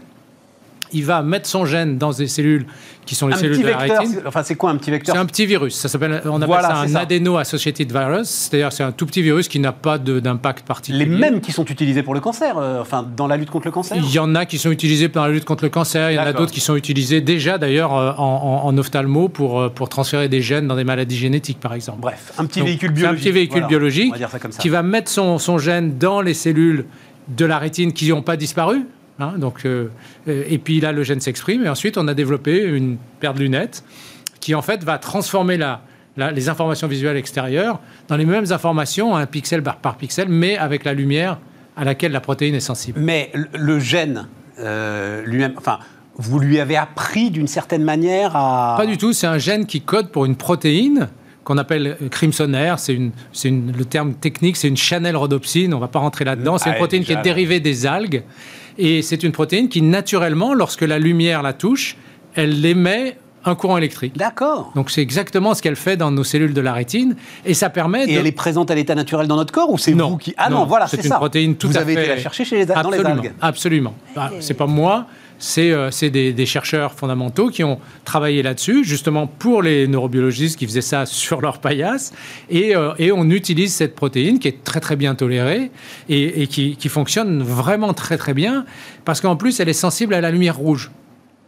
Il va mettre son gène dans des cellules qui sont les un cellules de la vecteur, rétine. C'est, enfin, c'est quoi un petit vecteur? C'est un petit virus. Ça s'appelle, on appelle voilà, ça un ça. adeno-associated virus. C'est-à-dire c'est un tout petit virus qui n'a pas de, d'impact particulier. Les mêmes qui sont utilisés pour le cancer, euh, enfin, dans la lutte contre le cancer? Il y en a qui sont utilisés dans la lutte contre le cancer. Il y en D'accord. a d'autres qui sont utilisés déjà, d'ailleurs, en, en, en ophtalmo pour, pour transférer des gènes dans des maladies génétiques, par exemple. Bref, un petit Donc, véhicule biologique. Un petit véhicule voilà. biologique On va dire ça comme ça. Qui va mettre son, son gène dans les cellules de la rétine qui n'ont pas disparu. Hein, donc, euh, et puis là, le gène s'exprime. Et ensuite, on a développé une paire de lunettes qui, en fait, va transformer la, la, les informations visuelles extérieures dans les mêmes informations, un pixel par, par pixel, mais avec la lumière à laquelle la protéine est sensible. Mais le, le gène euh, lui-même, enfin, vous lui avez appris d'une certaine manière à... Pas du tout. C'est un gène qui code pour une protéine qu'on appelle crimsonaire, c'est, une, c'est une, le terme technique, c'est une channel rhodopsine, on ne va pas rentrer là-dedans, c'est une protéine ah, qui est dérivée des algues, et c'est une protéine qui, naturellement, lorsque la lumière la touche, elle émet un courant électrique. D'accord. Donc c'est exactement ce qu'elle fait dans nos cellules de la rétine, et ça permet et de... elle est présente à l'état naturel dans notre corps, ou c'est non, vous qui... Ah non, non voilà, c'est, c'est une ça. protéine tout vous à avez fait... été la chercher chez les, dans les algues. Absolument. Bah, c'est pas moi... C'est, euh, c'est des, des chercheurs fondamentaux qui ont travaillé là-dessus, justement pour les neurobiologistes qui faisaient ça sur leur paillasse. Et, euh, et on utilise cette protéine qui est très très bien tolérée et, et qui, qui fonctionne vraiment très très bien, parce qu'en plus elle est sensible à la lumière rouge.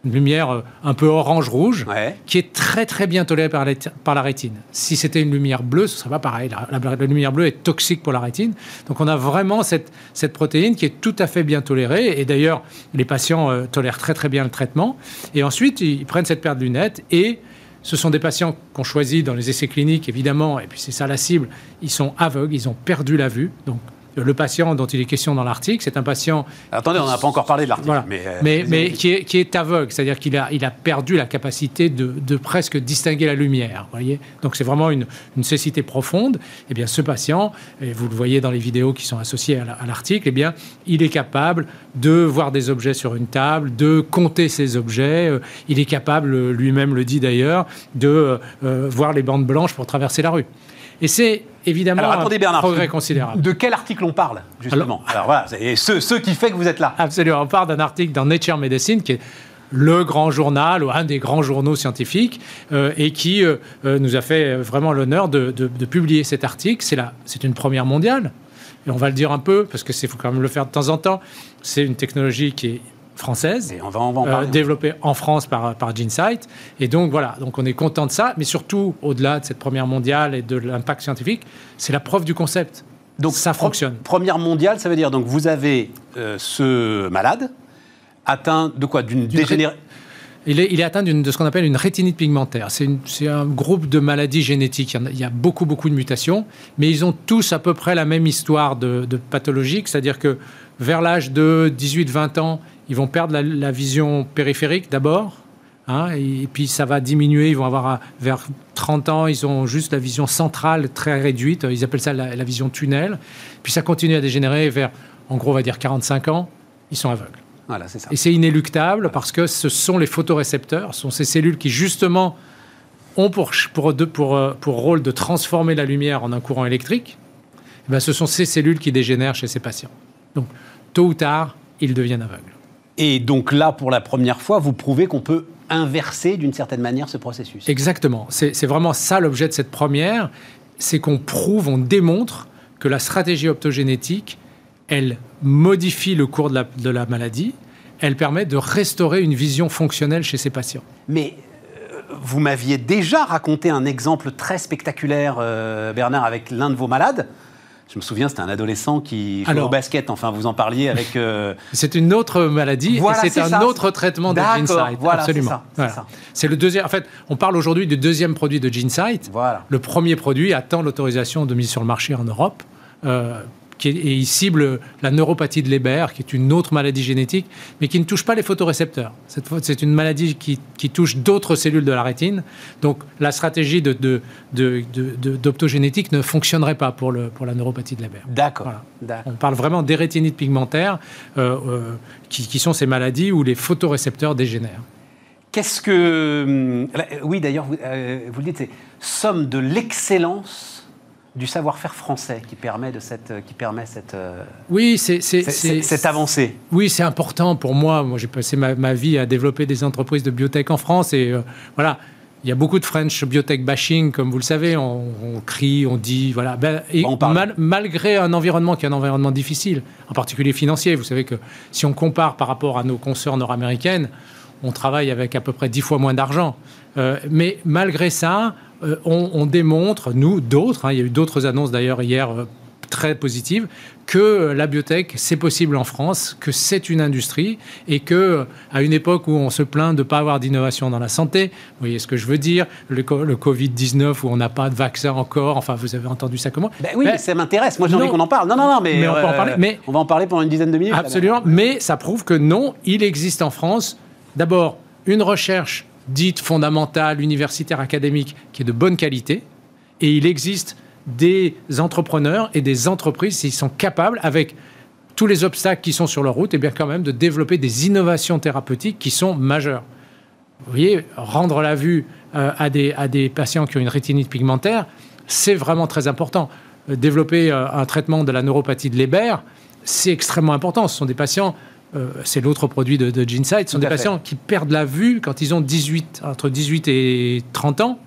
une lumière un peu orange-rouge, ouais. qui est très très bien tolérée par la, par la rétine. Si c'était une lumière bleue, ce serait pas pareil. La, la, la lumière bleue est toxique pour la rétine. Donc on a vraiment cette, cette protéine qui est tout à fait bien tolérée. Et d'ailleurs, les patients euh, tolèrent très très bien le traitement. Et ensuite, ils prennent cette paire de lunettes et ce sont des patients qu'on choisit dans les essais cliniques, évidemment, et puis c'est ça la cible. Ils sont aveugles, ils ont perdu la vue. Donc le patient dont il est question dans l'article, c'est un patient... Attendez, on n'a pas encore parlé de l'article. Voilà. Mais, euh, mais, mais qui, est, qui est aveugle, c'est-à-dire qu'il a, il a perdu la capacité de, de presque distinguer la lumière. Voyez, donc c'est vraiment une, une cécité profonde. Eh bien, ce patient, et vous le voyez dans les vidéos qui sont associées à, la, à l'article, eh bien, il est capable de voir des objets sur une table, de compter ces objets. Il est capable, lui-même le dit d'ailleurs, de euh, voir les bandes blanches pour traverser la rue. Et c'est évidemment Alors, attendez, Bernard, un progrès considérable. De quel article on parle, justement? Alors, Alors voilà, c'est ce, ce qui fait que vous êtes là. Absolument, on parle d'un article dans Nature Medicine qui est le grand journal ou un des grands journaux scientifiques euh, et qui euh, nous a fait vraiment l'honneur de, de, de publier cet article. C'est, la, c'est une première mondiale, et on va le dire un peu, parce qu'il faut quand même le faire de temps en temps. C'est une technologie qui est française, et on va, on va en parler. Euh, développée en France par, par GeneSight. Et donc voilà, donc on est content de ça, mais surtout, au-delà de cette première mondiale et de l'impact scientifique, c'est la preuve du concept. Donc ça fonctionne. Première mondiale, ça veut dire, donc vous avez euh, ce malade atteint de quoi? D'une dégénérescence. Il est, il est atteint d'une, de ce qu'on appelle une rétinite pigmentaire. C'est, une, c'est un groupe de maladies génétiques. Il y, a, il y a beaucoup, beaucoup de mutations, mais ils ont tous à peu près la même histoire de, de pathologique, c'est-à-dire que vers l'âge de dix-huit vingt ans, ils vont perdre la, la vision périphérique d'abord, hein, et, et puis ça va diminuer. Ils vont avoir, vers trente ans, ils ont juste la vision centrale très réduite. Ils appellent ça la, la vision tunnel. Puis ça continue à dégénérer vers, en gros, on va dire quarante-cinq ans, ils sont aveugles. Voilà, c'est ça. Et c'est inéluctable parce que ce sont les photorécepteurs, ce sont ces cellules qui, justement, ont pour, pour, pour, pour rôle de transformer la lumière en un courant électrique. Et bien, ce sont ces cellules qui dégénèrent chez ces patients. Donc, tôt ou tard, ils deviennent aveugles. Et donc là, pour la première fois, vous prouvez qu'on peut inverser d'une certaine manière ce processus. Exactement. C'est, c'est vraiment ça l'objet de cette première. C'est qu'on prouve, on démontre que la stratégie optogénétique, elle modifie le cours de la, de la maladie. Elle permet de restaurer une vision fonctionnelle chez ces patients. Mais euh, vous m'aviez déjà raconté un exemple très spectaculaire, euh, Bernard, avec l'un de vos malades. Je me souviens, c'était un adolescent qui jouait au basket. Enfin, vous en parliez avec... Euh... C'est une autre maladie, voilà, et c'est, c'est un ça. autre traitement de GeneSight. Voilà, absolument. C'est ça, voilà. c'est ça. C'est le deuxième... En fait, on parle aujourd'hui du deuxième produit de GeneSight. Voilà. Le premier produit attend l'autorisation de mise sur le marché en Europe. Euh, Qui est, et il cible la neuropathie de Leber, qui est une autre maladie génétique, mais qui ne touche pas les photorécepteurs. Cette, c'est une maladie qui, qui touche d'autres cellules de la rétine. Donc la stratégie de, de, de, de, de, d'optogénétique ne fonctionnerait pas pour, le, pour la neuropathie de Leber. D'accord. Voilà. D'accord. On parle vraiment des rétinites pigmentaires, euh, euh, qui, qui sont ces maladies où les photorécepteurs dégénèrent. Qu'est-ce que... Oui, d'ailleurs, vous, euh, vous le dites, c'est somme de l'excellence du savoir-faire français qui permet, de cette, qui permet cette, euh, oui, c'est, c'est, c'est, c'est, cette avancée. Oui, c'est important pour moi. Moi, j'ai passé ma, ma vie à développer des entreprises de biotech en France. Et euh, voilà, il y a beaucoup de French biotech bashing, comme vous le savez. On, on crie, on dit... Voilà. Ben, et bon, mal, malgré un environnement qui est un environnement difficile, en particulier financier. Vous savez que si on compare par rapport à nos consoeurs nord-américaines, on travaille avec à peu près dix fois moins d'argent. Euh, mais malgré ça... Euh, on, on démontre, nous, d'autres, hein, il y a eu d'autres annonces d'ailleurs hier euh, très positives, que euh, la biotech, c'est possible en France, que c'est une industrie et que, euh, à une époque où on se plaint de ne pas avoir d'innovation dans la santé, vous voyez ce que je veux dire, le, le covid dix-neuf où on n'a pas de vaccin encore, enfin vous avez entendu ça comment? Ben oui, ben, ça m'intéresse, moi j'ai envie qu'on en parle. Non, non, non, mais, mais on euh, peut en parler. Mais on va en parler pendant une dizaine de minutes. Absolument, mais ça prouve que non, il existe en France, d'abord, une recherche dite fondamentale, universitaire, académique, qui est de bonne qualité. Et il existe des entrepreneurs et des entreprises qui sont capables, avec tous les obstacles qui sont sur leur route, et bien quand même de développer des innovations thérapeutiques qui sont majeures. Vous voyez, rendre la vue euh, à, des, à des patients qui ont une rétinite pigmentaire, c'est vraiment très important. Euh, développer euh, un traitement de la neuropathie de Leber, c'est extrêmement important. Ce sont des patients... Euh, c'est l'autre produit de, de GeneSight. Ce sont des patients qui perdent la vue quand ils ont dix-huit, entre dix-huit et trente ans,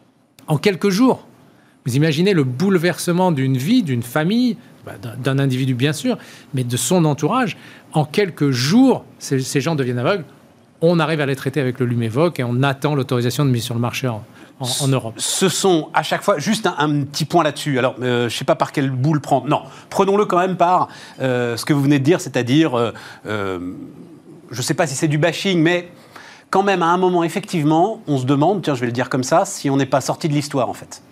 en quelques jours. Vous imaginez le bouleversement d'une vie, d'une famille, bah, d'un, d'un individu bien sûr, mais de son entourage. En quelques jours, ces, ces gens deviennent aveugles. on arrive à les traiter avec le Lumevoq et on attend l'autorisation de mise sur le marché en, en, en Europe. Ce sont à chaque fois, juste un, un petit point là-dessus, alors euh, je ne sais pas par quel bout le prendre, non, prenons-le quand même par euh, ce que vous venez de dire, c'est-à-dire, euh, euh, je ne sais pas si c'est du bashing, mais quand même à un moment, effectivement, on se demande, tiens je vais le dire comme ça, si on n'est pas sorti de l'histoire en fait.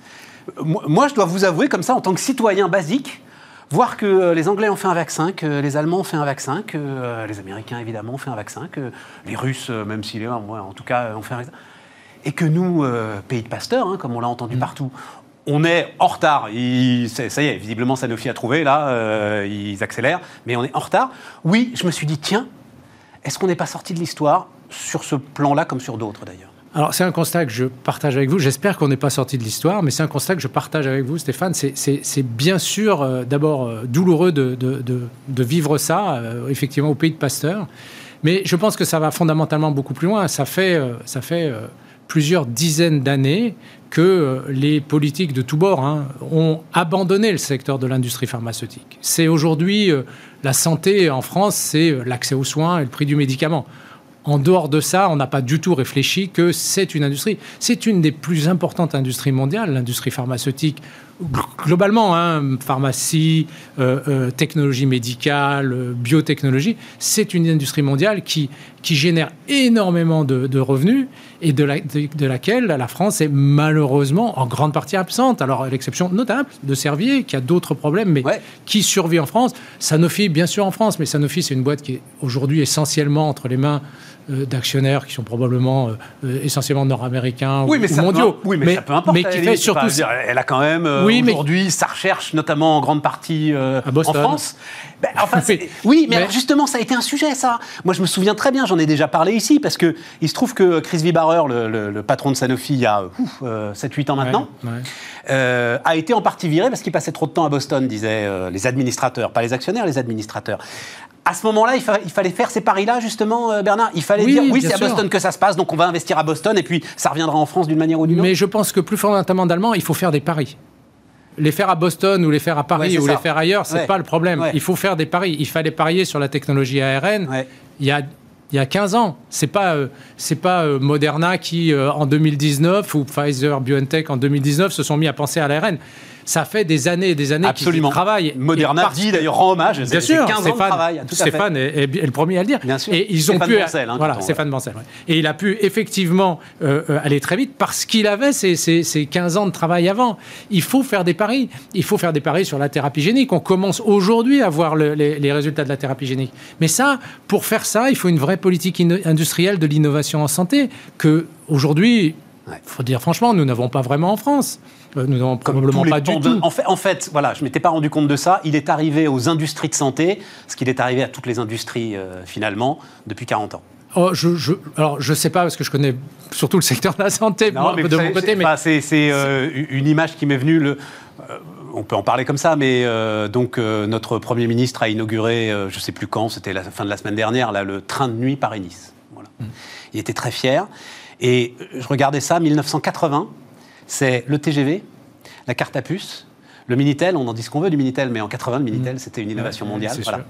Moi je dois vous avouer comme ça, en tant que citoyen basique, voir que les Anglais ont fait un vaccin, que les Allemands ont fait un vaccin, que euh, les Américains, évidemment, ont fait un vaccin, que les Russes, euh, même s'il est là, en tout cas, ont fait un vaccin. Et que nous, euh, pays de Pasteur, hein, comme on l'a entendu mmh. partout, on est en retard. Il, ça y est, visiblement, Sanofi a trouvé, là, euh, ils accélèrent, mais on est en retard. Oui, je me suis dit, tiens, est-ce qu'on n'est pas sorti de l'histoire sur ce plan-là, comme sur d'autres, d'ailleurs ? Alors, c'est un constat que je partage avec vous. J'espère qu'on n'est pas sorti de l'histoire, mais c'est un constat que je partage avec vous, Stéphane. C'est, c'est, c'est bien sûr, euh, d'abord, euh, douloureux de, de, de, de vivre ça, euh, effectivement, au pays de Pasteur. Mais je pense que ça va fondamentalement beaucoup plus loin. Ça fait, euh, ça fait euh, plusieurs dizaines d'années que euh, les politiques de tous bords hein, ont abandonné le secteur de l'industrie pharmaceutique. C'est aujourd'hui, euh, la santé en France, c'est l'accès aux soins et le prix du médicament. En dehors de ça, on n'a pas du tout réfléchi que c'est une industrie. C'est une des plus importantes industries mondiales, l'industrie pharmaceutique, globalement, hein, pharmacie, euh, euh, technologie médicale, euh, biotechnologie. C'est une industrie mondiale qui, qui génère énormément de, de revenus et de, la, de, de laquelle la France est malheureusement en grande partie absente. Alors, à l'exception notable de Servier, qui a d'autres problèmes, mais ouais. qui survit en France. Sanofi, bien sûr, en France, mais Sanofi, c'est une boîte qui est aujourd'hui essentiellement entre les mains d'actionnaires qui sont probablement euh, essentiellement nord-américains oui, ou, ou mondiaux. Oui, mais, mais ça peut importer. Mais qui fait surtout... Dire, elle a quand même, euh, oui, aujourd'hui, mais... sa recherche, notamment en grande partie euh, en France. Ben, enfin, oui, oui, mais, mais... Alors, justement, ça a été un sujet, ça. Moi, je me souviens très bien, j'en ai déjà parlé ici, parce qu'il se trouve que Chris Viehbarer, le, le, le patron de Sanofi, il y a euh, sept huit ans maintenant, ouais, ouais. Euh, a été en partie viré parce qu'il passait trop de temps à Boston, disaient euh, les administrateurs, pas les actionnaires, les administrateurs. À ce moment-là, il, fa- il fallait faire ces paris-là, justement, euh, Bernard. Il fallait oui, dire, oui, c'est à sûr. Boston que ça se passe, donc on va investir à Boston, et puis ça reviendra en France d'une manière ou d'une autre. Mais je pense que plus fondamentalement, il faut faire des paris. Les faire à Boston ou les faire à Paris ouais, ou ça. les faire ailleurs, c'est ouais. pas le problème. Ouais. Il faut faire des paris. Il fallait parier sur la technologie A R N. Ouais. Il y a il y a quinze ans. C'est pas, euh, c'est pas euh, Moderna qui, euh, en deux mille dix-neuf, ou Pfizer, BioNTech en deux mille dix-neuf, se sont mis à penser à l'A R N. Ça fait des années et des années Absolument. qu'ils travaillent. Moderna par... dit, d'ailleurs, rend hommage. Bien c'est, sûr, c'est quinze Stéphane, ans de travail. Tout Stéphane est, est, est le premier à le dire. Bien sûr. Et ils Stéphane ont pu, Bancel. Hein, voilà, Stéphane ouais. Bancel. Ouais. Et il a pu effectivement euh, aller très vite parce qu'il avait ces, ces, ces quinze ans de travail avant. Il faut faire des paris. Il faut faire des paris sur la thérapie génique. On commence aujourd'hui à voir le, les, les résultats de la thérapie génique. Mais ça, pour faire ça, il faut une vraie politique in- industrielle de l'innovation en santé que aujourd'hui, il ouais. faut dire franchement, nous n'avons pas vraiment en France. Nous n'avons probablement pas du tout. En fait, en fait, voilà, je ne m'étais pas rendu compte de ça. Il est arrivé aux industries de santé, ce qu'il est arrivé à toutes les industries, euh, finalement, depuis quarante ans. Oh, je, je, alors, je ne sais pas, parce que je connais surtout le secteur de la santé non, moi, de savez, mon côté. Mais... C'est, c'est euh, une image qui m'est venue... Le, euh, on peut en parler comme ça, mais euh, donc euh, notre Premier ministre a inauguré, euh, je ne sais plus quand, c'était la fin de la semaine dernière, là, le train de nuit Paris-Nice. Voilà. Mmh. Il était très fier. Et je regardais ça, dix-neuf cent quatre-vingts, c'est le T G V, la carte à puce, le Minitel, on en dit ce qu'on veut du Minitel, mais en quatre-vingts, le Minitel, mmh. c'était une innovation ouais, mondiale. Voilà.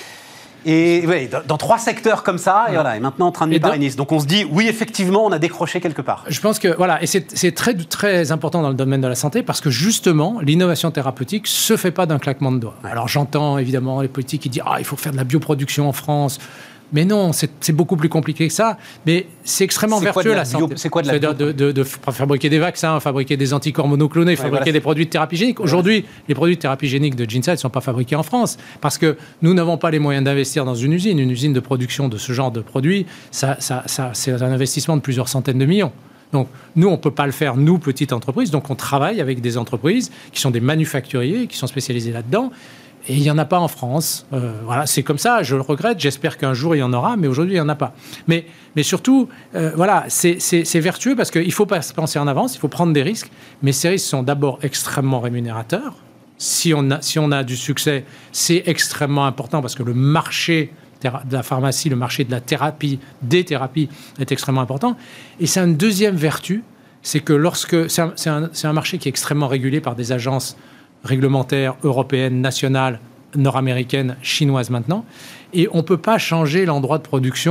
Et ouais, dans, dans trois secteurs comme ça, et, voilà, et maintenant en train de nuit Paris-Nice. Donc on se dit, oui, effectivement, on a décroché quelque part. Je pense que, voilà, et c'est, c'est très, très important dans le domaine de la santé, parce que justement, l'innovation thérapeutique ne se fait pas d'un claquement de doigts. Ouais. Alors j'entends évidemment les politiques qui disent, ah, il faut faire de la bioproduction en France. Mais non, c'est, c'est beaucoup plus compliqué que ça. Mais c'est extrêmement c'est vertueux, la, la santé. Bio, c'est quoi de la bio de, de, de, de fabriquer des vaccins, fabriquer des anticorps monoclonés, ouais, fabriquer voilà, des produits de thérapie génique. Aujourd'hui, ouais. les produits de thérapie génique de Ginseng ne sont pas fabriqués en France parce que nous n'avons pas les moyens d'investir dans une usine. Une usine de production de ce genre de produits, ça, ça, ça, c'est un investissement de plusieurs centaines de millions. Donc, nous, on ne peut pas le faire, nous, petites entreprises. Donc, on travaille avec des entreprises qui sont des manufacturiers, qui sont spécialisés là-dedans. Et il n'y en a pas en France. Euh, voilà, c'est comme ça, je le regrette. J'espère qu'un jour, il y en aura, mais aujourd'hui, il n'y en a pas. Mais, mais surtout, euh, voilà, c'est, c'est, c'est vertueux parce qu'il faut pas se penser en avance, il faut prendre des risques. Mais ces risques sont d'abord extrêmement rémunérateurs. Si on a, si on a du succès, c'est extrêmement important parce que le marché de la pharmacie, le marché de la thérapie, des thérapies, est extrêmement important. Et c'est une deuxième vertu, c'est que lorsque... C'est un, c'est un, c'est un marché qui est extrêmement régulé par des agences réglementaires européennes, nationales, nord-américaines, chinoises maintenant. Et on ne peut pas changer l'endroit de production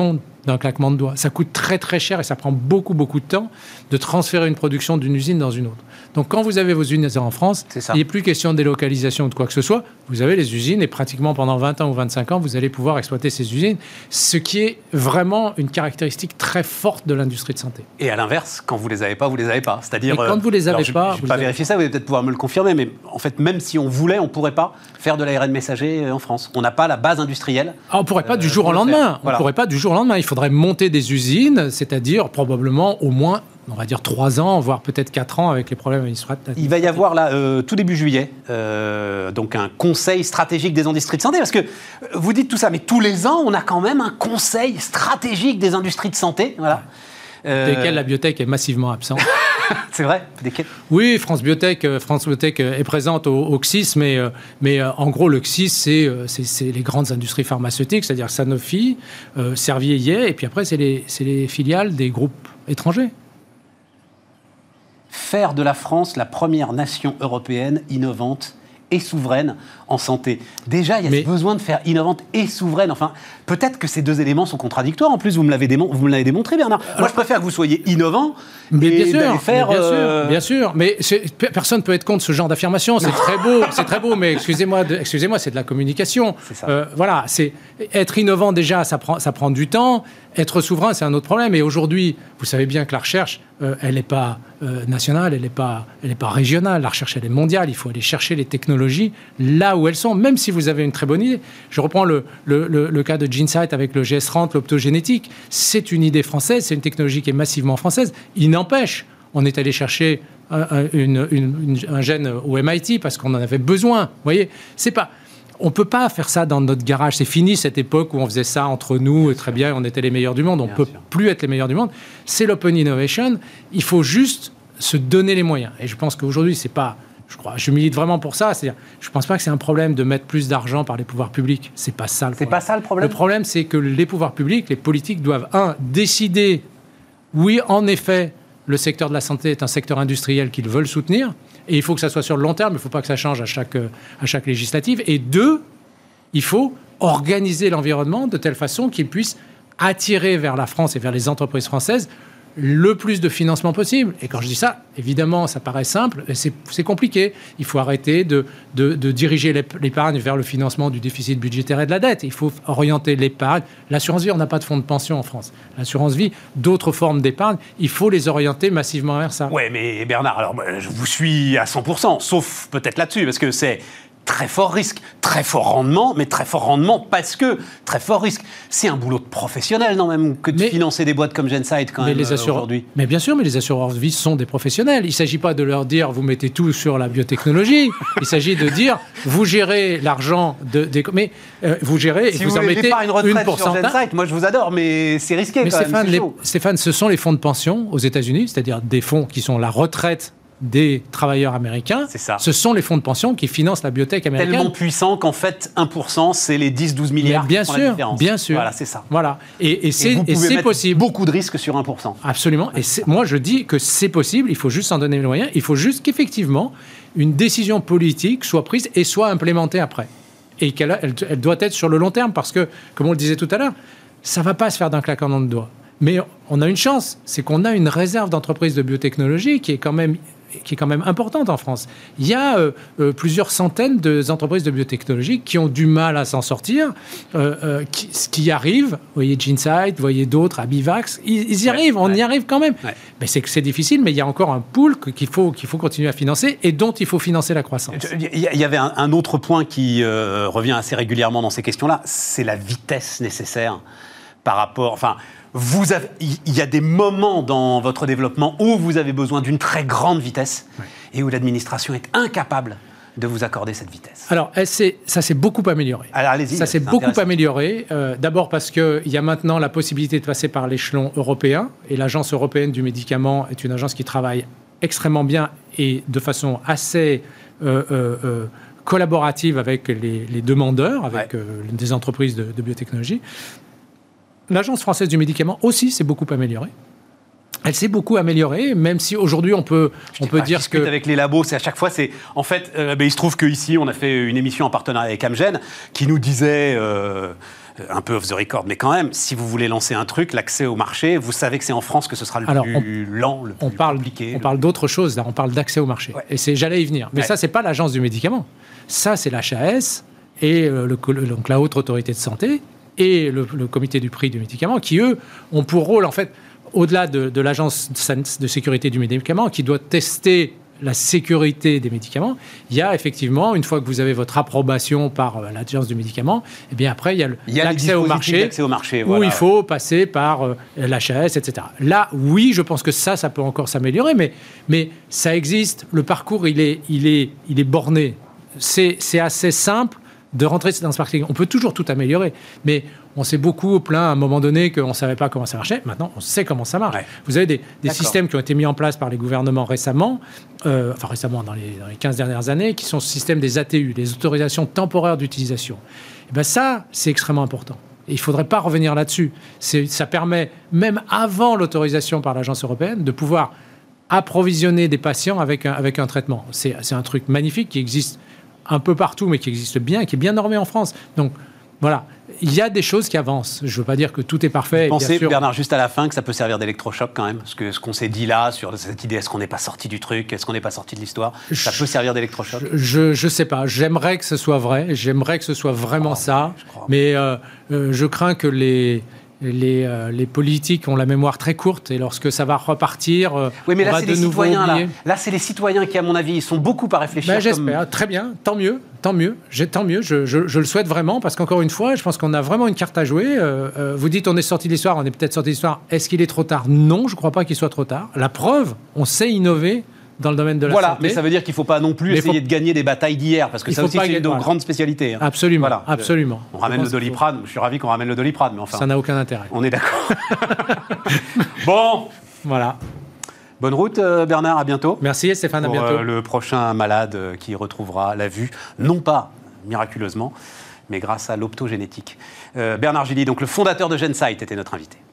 d'un claquement de doigts. Ça coûte très très cher et ça prend beaucoup beaucoup de temps de transférer une production d'une usine dans une autre. Donc quand vous avez vos usines en France, il n'est plus question de délocalisation ou de quoi que ce soit. Vous avez les usines et pratiquement pendant vingt ans ou vingt-cinq ans, vous allez pouvoir exploiter ces usines, ce qui est vraiment une caractéristique très forte de l'industrie de santé. Et à l'inverse, quand vous ne les avez pas, vous ne les avez pas. C'est-à-dire, et quand vous ne les avez alors, pas... Je ne vais pas vérifier ça, vous allez peut-être pouvoir me le confirmer, mais en fait, même si on voulait, on ne pourrait pas faire de l'A R N messager en France. On n'a pas la base industrielle. Ah, on ne pourrait pas euh, du jour au lendemain. Voilà. On ne pourrait pas du jour au lendemain. Il faudrait monter des usines, c'est-à-dire probablement au moins, on va dire trois ans, voire peut-être quatre ans avec les problèmes administratifs. Il va y avoir là, euh, tout début juillet, euh, donc un conseil stratégique des industries de santé, parce que vous dites tout ça, mais tous les ans, on a quand même un conseil stratégique des industries de santé, voilà. Euh... Desquels la biotech est massivement absente. C'est vrai. Desquels... Oui, France Biotech, euh, France Biotech est présente au, au C I S, mais, euh, mais euh, en gros, le C I S, c'est, euh, c'est, c'est les grandes industries pharmaceutiques, c'est-à-dire Sanofi, euh, Servier y est, et puis après, c'est les, c'est les filiales des groupes étrangers. Faire de la France la première nation européenne innovante et souveraine en santé. Déjà, il y a Mais... ce besoin de faire innovante et souveraine. Enfin, peut-être que ces deux éléments sont contradictoires. En plus, vous me l'avez, démon... vous me l'avez démontré, Bernard. Alors... Moi, je préfère que vous soyez innovant mais et bien sûr, d'aller faire... Mais bien, euh... sûr, bien sûr. Mais c'est... personne ne peut être contre ce genre d'affirmation. C'est très beau, c'est très beau. Mais excusez-moi, de... excusez-moi, c'est de la communication. C'est ça. Euh, voilà, c'est... Être innovant, déjà, ça prend, ça prend du temps. Être souverain, c'est un autre problème. Et aujourd'hui, vous savez bien que la recherche, euh, elle n'est pas euh, nationale, elle n'est pas, elle n'est pas régionale. La recherche, elle est mondiale. Il faut aller chercher les technologies là où elles sont, même si vous avez une très bonne idée. Je reprends le, le, le, le cas de GeneSight avec le G S trente, l'optogénétique. C'est une idée française, c'est une technologie qui est massivement française. Il n'empêche, on est allé chercher un, une, une, un gène au M I T parce qu'on en avait besoin. Vous voyez, c'est pas... On ne peut pas faire ça dans notre garage. C'est fini cette époque où on faisait ça entre nous, et très bien, on était les meilleurs du monde. On ne peut sûr. plus être les meilleurs du monde. C'est l'open innovation. Il faut juste se donner les moyens. Et je pense qu'aujourd'hui, c'est pas... Je crois, je milite vraiment pour ça. C'est-à-dire, je ne pense pas que c'est un problème de mettre plus d'argent par les pouvoirs publics. C'est pas ça le problème. C'est pas ça le problème. Le problème, c'est que les pouvoirs publics, les politiques doivent, un, décider, oui, en effet, le secteur de la santé est un secteur industriel qu'ils veulent soutenir. Et il faut que ça soit sur le long terme, il ne faut pas que ça change à chaque, à chaque législative. Et deux, il faut organiser l'environnement de telle façon qu'il puisse attirer vers la France et vers les entreprises françaises le plus de financement possible. Et quand je dis ça, évidemment, ça paraît simple, et c'est, c'est compliqué. Il faut arrêter de, de, de diriger l'épargne vers le financement du déficit budgétaire et de la dette. Il faut orienter l'épargne. L'assurance vie, on n'a pas de fonds de pension en France. L'assurance vie, d'autres formes d'épargne, il faut les orienter massivement vers ça. Oui, mais Bernard, alors, je vous suis à cent pour cent, sauf peut-être là-dessus, parce que c'est... très fort risque, très fort rendement, mais très fort rendement parce que très fort risque. C'est un boulot de professionnel, non, même, que de mais, financer des boîtes comme GeneSight quand même, les assureurs, aujourd'hui. Mais bien sûr, mais les assureurs de vie sont des professionnels. Il ne s'agit pas de leur dire, vous mettez tout sur la biotechnologie. Il s'agit de dire, vous gérez l'argent de... de mais euh, vous gérez si et vous, vous en mettez une retraite une pourcentage. Sur GeneSight, moi je vous adore, mais c'est risqué mais quand Stéphane, même, c'est les, chaud. Stéphane, ce sont les fonds de pension aux États-Unis, c'est-à-dire des fonds qui sont la retraite des travailleurs américains. C'est ça. Ce sont les fonds de pension qui financent la biotech américaine. Tellement puissant qu'en fait, un pour cent, c'est les dix à douze milliards bien qui font sûr, la différence. Bien sûr. Voilà, c'est ça. Voilà. Et, et c'est, et vous et pouvez c'est mettre possible. Beaucoup de risques sur un pour cent. Absolument. Et c'est, moi, je dis que c'est possible. Il faut juste s'en donner les moyens. Il faut juste qu'effectivement, une décision politique soit prise et soit implémentée après. Et qu'elle elle, elle doit être sur le long terme parce que, comme on le disait tout à l'heure, ça ne va pas se faire d'un claquement de doigts. Mais on a une chance, c'est qu'on a une réserve d'entreprises de biotechnologie qui est quand même... qui est quand même importante en France. Il y a euh, euh, plusieurs centaines d'entreprises de biotechnologie qui ont du mal à s'en sortir, euh, euh, qui, qui arrivent. Vous voyez GeneSight, vous voyez d'autres, Abivax, ils, ils y ouais, arrivent, on ouais. y arrive quand même. Ouais. Mais c'est que c'est difficile, mais il y a encore un pool qu'il faut, qu'il faut continuer à financer et dont il faut financer la croissance. Il y avait un, un autre point qui euh, revient assez régulièrement dans ces questions-là, c'est la vitesse nécessaire par rapport... Enfin, Vous avez, il y a des moments dans votre développement où vous avez besoin d'une très grande vitesse ouais. et où l'administration est incapable de vous accorder cette vitesse. Alors, ça s'est beaucoup amélioré. Alors, allez-y. Ça s'est beaucoup amélioré. Euh, d'abord parce qu'il y a maintenant la possibilité de passer par l'échelon européen. Et l'Agence européenne du médicament est une agence qui travaille extrêmement bien et de façon assez... Euh, euh, euh, collaborative avec les, les demandeurs, avec ouais. euh, des entreprises de, de biotechnologie. L'Agence française du médicament aussi s'est beaucoup améliorée. Elle s'est beaucoup améliorée, même si aujourd'hui on peut, on peut dire que... avec les labos, c'est à chaque fois, c'est... En fait, euh, ben, il se trouve qu'ici, on a fait une émission en partenariat avec Amgen qui nous disait... Euh, un peu off the record, mais quand même, si vous voulez lancer un truc, l'accès au marché, vous savez que c'est en France que ce sera le Alors, plus on, lent, le plus on parle, compliqué. On parle d'autre chose, là, on parle d'accès au marché. Ouais. Et c'est, j'allais y venir. Mais ouais. ça, c'est pas l'agence du médicament. Ça, c'est l'H A S et euh, le, donc la Haute Autorité de Santé et le, le Comité du prix du médicament qui, eux, ont pour rôle, en fait, au-delà de, de l'agence de sécurité du médicament, qui doit tester la sécurité des médicaments, il y a effectivement, une fois que vous avez votre approbation par euh, l'agence du médicament, et bien après, il y a, le, il y a l'accès, au marché, l'accès au marché, où voilà. il faut passer par euh, l'H A S, et cetera. Là, oui, je pense que ça, ça peut encore s'améliorer, mais, mais ça existe. Le parcours, il est, il est, il est borné. C'est, c'est assez simple de rentrer dans ce parcours. On peut toujours tout améliorer, mais on s'est beaucoup plaint à un moment donné qu'on ne savait pas comment ça marchait. Maintenant, on sait comment ça marche. Ouais. Vous avez des, des systèmes qui ont été mis en place par les gouvernements récemment, euh, enfin récemment dans les, dans les quinze dernières années, qui sont ce système des A T U, des autorisations temporaires d'utilisation. Et ben ça, c'est extrêmement important. Et il ne faudrait pas revenir là-dessus. C'est, ça permet, même avant l'autorisation par l'Agence européenne, de pouvoir approvisionner des patients avec un, avec un traitement. C'est, c'est un truc magnifique qui existe un peu partout, mais qui existe bien, et qui est bien normé en France. Donc, voilà. Il y a des choses qui avancent. Je ne veux pas dire que tout est parfait. Vous pensez, bien sûr... Bernard, juste à la fin, que ça peut servir d'électrochoc quand même ? Parce que ce qu'on s'est dit là, sur cette idée, est-ce qu'on n'est pas sorti du truc ? Est-ce qu'on n'est pas sorti de l'histoire ? Ça peut servir d'électrochoc ? Je ne sais pas. J'aimerais que ce soit vrai. J'aimerais que ce soit vraiment oh, ça. Mais euh, euh, je crains que les... Les, euh, les politiques ont la mémoire très courte et lorsque ça va repartir, euh, oui, mais là, on va c'est de les nouveau citoyens, oublier. Là. là, c'est les citoyens qui, à mon avis, ils sont beaucoup à réfléchir. Ben, j'espère. Comme... Très bien. Tant mieux. Tant mieux. J'ai, tant mieux. Je, je, je le souhaite vraiment parce qu'encore une fois, je pense qu'on a vraiment une carte à jouer. Euh, euh, vous dites on est sorti de l'histoire, on est peut-être sorti de l'histoire. Est-ce qu'il est trop tard ? Non, je ne crois pas qu'il soit trop tard. La preuve, on sait innover dans le domaine de la voilà, santé. Mais ça veut dire qu'il ne faut pas non plus mais essayer faut... de gagner des batailles d'hier, parce que ça aussi, c'est une de nos grandes spécialités. Hein. Absolument, voilà. absolument. On ramène le Doliprane, faut... je suis ravi qu'on ramène le Doliprane, mais enfin... Ça n'a aucun intérêt. On est d'accord. Bon, voilà. Bonne route, Bernard, à bientôt. Merci, Stéphane, à pour, bientôt. Euh, le prochain malade qui retrouvera la vue, non pas miraculeusement, mais grâce à l'optogénétique. Euh, Bernard Gilly, donc le fondateur de GenSight, était notre invité.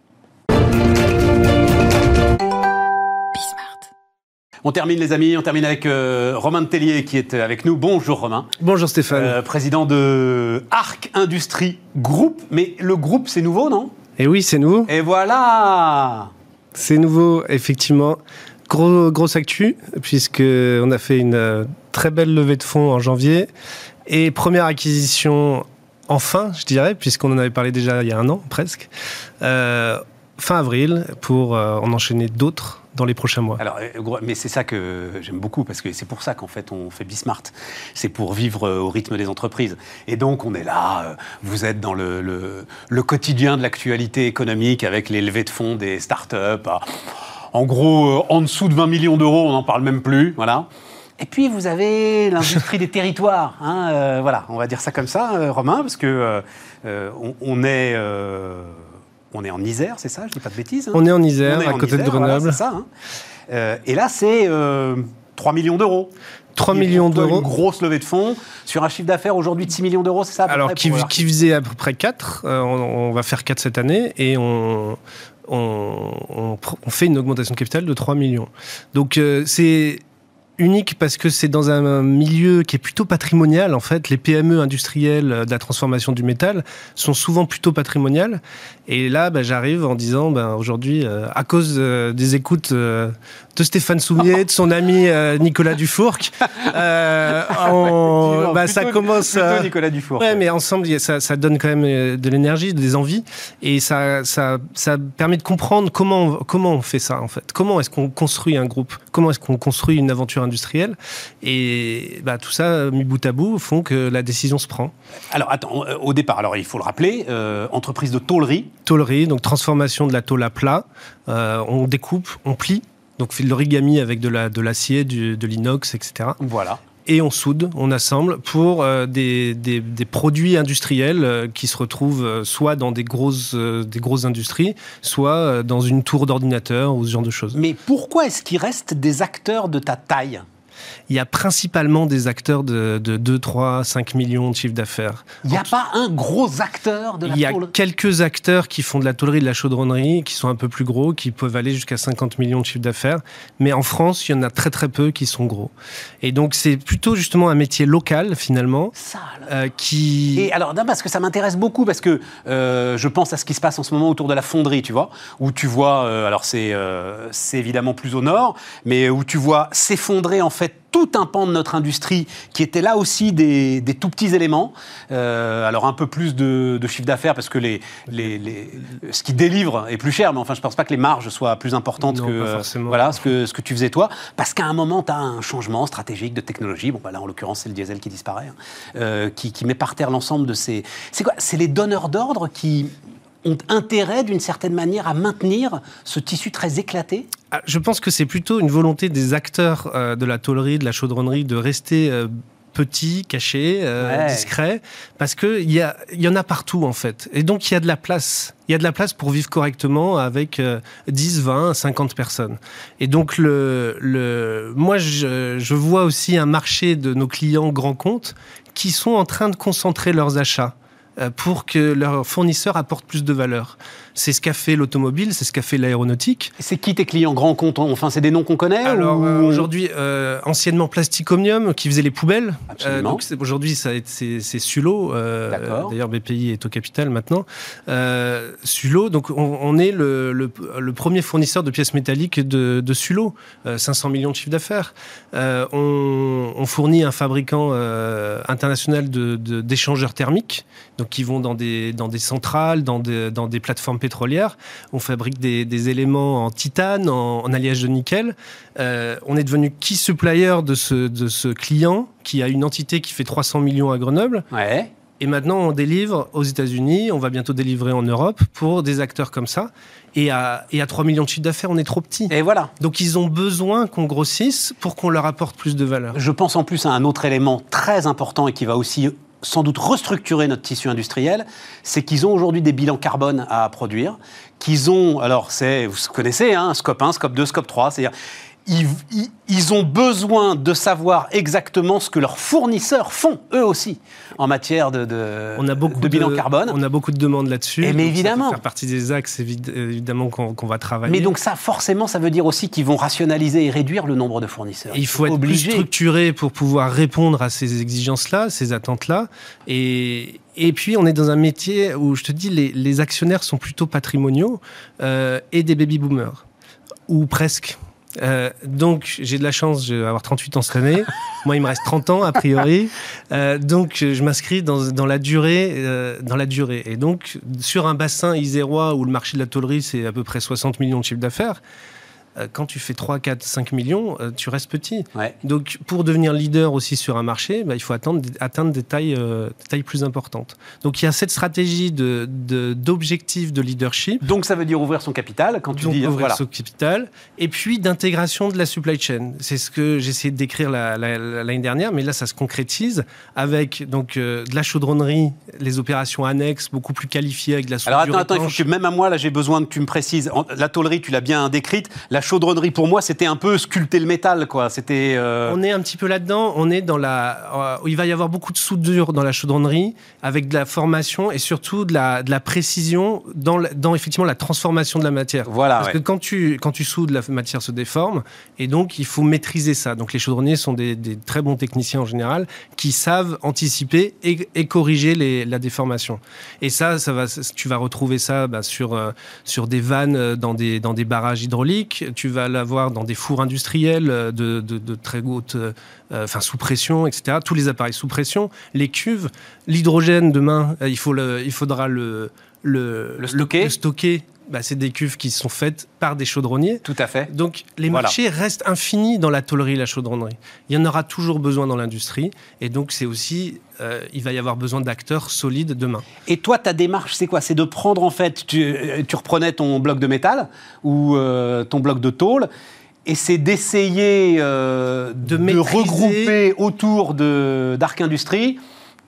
On termine, les amis, on termine avec euh, Romain de Tellier qui est avec nous. Bonjour Romain. Bonjour Stéphane. Euh, président de Arc Industrie Group. Mais le groupe, c'est nouveau, non ? Eh oui, c'est nouveau. Et voilà ! C'est nouveau, effectivement. Gros, grosse actu, puisqu'on a fait une euh, très belle levée de fonds en janvier. Et première acquisition, enfin, je dirais, puisqu'on en avait parlé déjà il y a un an, presque. Euh, fin avril, pour euh, en enchaîner d'autres dans les prochains mois. Alors, mais c'est ça que j'aime beaucoup, parce que c'est pour ça qu'en fait on fait Bismart. C'est pour vivre au rythme des entreprises. Et donc on est là, vous êtes dans le, le, le quotidien de l'actualité économique avec les levées de fonds des startups. En gros, en dessous de vingt millions d'euros, on n'en parle même plus. Voilà. Et puis vous avez l'industrie des territoires. Hein, euh, voilà, on va dire ça comme ça, euh, Romain, parce que euh, on, on est... Euh, On est en Isère, c'est ça ? Je ne dis pas de bêtises. Hein. On est en Isère, est à en côté Isère, de Grenoble. Voilà, c'est ça. Hein. Euh, et là, c'est euh, trois millions d'euros. trois millions d'euros. Une grosse levée de fonds sur un chiffre d'affaires aujourd'hui de six millions d'euros, c'est ça ? Alors, qui, qui faisait à peu près quatre. Euh, on, on va faire quatre cette année et on, on, on, on fait une augmentation de capital de trois millions. Donc, euh, c'est unique parce que c'est dans un milieu qui est plutôt patrimonial. En fait, les P M E industrielles de la transformation du métal sont souvent plutôt patrimoniales. Et là, bah, j'arrive en disant, bah, aujourd'hui, euh, à cause euh, des écoutes euh, de Stéphane Soumier, de son ami euh, Nicolas Dufourc, euh, on, ouais, bah, plutôt, ça commence... Plutôt euh, Nicolas Dufourc. Ouais, ouais, mais ensemble, ça, ça donne quand même de l'énergie, des envies. Et ça, ça, ça permet de comprendre comment, comment on fait ça, en fait. Comment est-ce qu'on construit un groupe ? Comment est-ce qu'on construit une aventure industrielle ? Et bah, tout ça, mis bout à bout, font que la décision se prend. Alors, attends, au départ, alors, il faut le rappeler, euh, entreprise de tôlerie. Tôlerie, donc transformation de la tôle à plat. Euh, on découpe, on plie, donc fait de l'origami avec de, la, de l'acier, du, de l'inox, et cetera. Voilà. Et on soude, on assemble pour euh, des, des, des produits industriels euh, qui se retrouvent euh, soit dans des grosses, euh, des grosses industries, soit euh, dans une tour d'ordinateur ou ce genre de choses. Mais pourquoi est-ce qu'il reste des acteurs de ta taille ? il y a principalement des acteurs de, de deux, trois, cinq millions de chiffre d'affaires. Il n'y a pas un gros acteur de la tôlerie? Il y a tôlerie? quelques acteurs qui font de la tôlerie, de la chaudronnerie, qui sont un peu plus gros, qui peuvent aller jusqu'à cinquante millions de chiffre d'affaires. Mais en France, il y en a très très peu qui sont gros. Et donc c'est plutôt justement un métier local finalement. Ça, euh, qui... Et alors, non, parce que ça m'intéresse beaucoup, parce que euh, je pense à ce qui se passe en ce moment autour de la fonderie, tu vois, où tu vois, euh, alors c'est, euh, c'est évidemment plus au nord, mais où tu vois s'effondrer en fait tout un pan de notre industrie qui était là aussi des, des tout petits éléments. Euh, alors un peu plus de, de chiffre d'affaires parce que les, les, les, ce qui délivre est plus cher, mais enfin je ne pense pas que les marges soient plus importantes non, que, euh, voilà, ce, que ce que tu faisais toi. Parce qu'à un moment, tu as un changement stratégique de technologie. Bon, bah là en l'occurrence, c'est le diesel qui disparaît, hein, euh, qui, qui met par terre l'ensemble de ces... C'est quoi? C'est les donneurs d'ordre qui ont intérêt d'une certaine manière à maintenir ce tissu très éclaté? Je pense que c'est plutôt une volonté des acteurs euh, de la tôlerie, de la chaudronnerie, de rester euh, petits, cachés, euh, ouais. discrets, parce qu'il y, y en a partout en fait. Et donc il y a de la place. Il y a de la place pour vivre correctement avec euh, dix, vingt, cinquante personnes. Et donc le, le, moi je, je vois aussi un marché de nos clients grands comptes qui sont en train de concentrer leurs achats pour que leurs fournisseurs apportent plus de valeur. C'est ce qu'a fait l'automobile, c'est ce qu'a fait l'aéronautique. C'est qui tes clients grands comptes? Enfin, c'est des noms qu'on connaît? Alors, ou... euh, aujourd'hui, euh, anciennement Plasticomium, qui faisait les poubelles. Absolument. Euh, donc, c'est, aujourd'hui, ça, c'est, c'est Sullo. Euh, d'ailleurs, B P I est au capital maintenant. Euh, Sullo, donc on, on est le, le, le premier fournisseur de pièces métalliques de, de Sullo. Euh, cinq cents millions de chiffre d'affaires. Euh, on, on fournit un fabricant euh, international de, de, d'échangeurs thermiques, donc qui vont dans des, dans des centrales, dans des, dans des plateformes pétrolières. On fabrique des, des éléments en titane, en, en alliage de nickel. Euh, on est devenu key supplier de ce, de ce client qui a une entité qui fait trois cents millions à Grenoble. Ouais. Et maintenant, on délivre aux États-Unis, on va bientôt délivrer en Europe pour des acteurs comme ça. Et à, et à trois millions de chiffre d'affaires, on est trop petit. Et voilà. Donc, ils ont besoin qu'on grossisse pour qu'on leur apporte plus de valeur. Je pense en plus à un autre élément très important et qui va aussi sans doute restructurer notre tissu industriel, c'est qu'ils ont aujourd'hui des bilans carbone à produire, qu'ils ont, alors c'est, vous connaissez, hein, scope un, scope deux, scope trois, c'est-à-dire ils, ils, ils ont besoin de savoir exactement ce que leurs fournisseurs font, eux aussi, en matière de, de, on a beaucoup de bilan de, carbone. On a beaucoup de demandes là-dessus. Et mais évidemment. Ça fait faire partie des axes, évidemment, qu'on, qu'on va travailler. Mais donc ça, forcément, ça veut dire aussi qu'ils vont rationaliser et réduire le nombre de fournisseurs. Et il faut être obligé. Plus structuré pour pouvoir répondre à ces exigences-là, ces attentes-là. Et... Et puis, on est dans un métier où, je te dis, les, les actionnaires sont plutôt patrimoniaux euh, et des baby-boomers. Ou presque. Euh, donc, j'ai de la chance, je vais avoir trente-huit ans cette année. Moi, il me reste trente ans, a priori. Euh, donc, je m'inscris dans, dans, la durée, euh, dans la durée. Et donc, sur un bassin isérois où le marché de la tôlerie, c'est à peu près soixante millions de chiffre d'affaires, quand tu fais trois, quatre, cinq millions, tu restes petit. Ouais. Donc, pour devenir leader aussi sur un marché, bah, il faut attendre, atteindre des tailles, euh, des tailles plus importantes. Donc, il y a cette stratégie de, de, d'objectif de leadership. Donc, ça veut dire ouvrir son capital, quand tu Donc, dis... ouvrir voilà. son capital. Et puis, d'intégration de la supply chain. C'est ce que j'ai essayé de décrire la, la, la, l'année dernière, mais là, ça se concrétise avec donc, euh, de la chaudronnerie, les opérations annexes, beaucoup plus qualifiées, avec de la soudure. Alors, attends, attends, il faut que, même à moi, là, j'ai besoin que tu me précises. La tôlerie, tu l'as bien décrite. La chaudronnerie, pour moi, c'était un peu sculpter le métal, quoi. C'était. Euh... On est un petit peu là-dedans. On est dans la. Euh, il va y avoir beaucoup de soudure dans la chaudronnerie, avec de la formation et surtout de la, de la précision dans, la, dans effectivement la transformation de la matière. Voilà. Parce ouais. que quand tu quand tu soudes, la matière se déforme et donc il faut maîtriser ça. Donc les chaudronniers sont des, des très bons techniciens en général qui savent anticiper et, et corriger les, la déformation. Et ça, ça va. Tu vas retrouver ça bah, sur euh, sur des vannes dans des dans des barrages hydrauliques. Tu vas l'avoir dans des fours industriels de, de, de très haute, euh, enfin sous pression, et cetera. Tous les appareils sous pression, les cuves, l'hydrogène demain, il, faut le, il faudra le, le, le stocker. Le, le stocker. Bah, c'est des cuves qui sont faites par des chaudronniers. Tout à fait. Donc les voilà. marchés restent infinis dans la tôlerie et la chaudronnerie. Il y en aura toujours besoin dans l'industrie. Et donc c'est aussi, euh, il va y avoir besoin d'acteurs solides demain. Et toi, ta démarche, c'est quoi? C'est de prendre en fait, tu, tu reprenais ton bloc de métal ou euh, ton bloc de tôle. Et c'est d'essayer euh, de, de regrouper autour de, d'Arc Industrie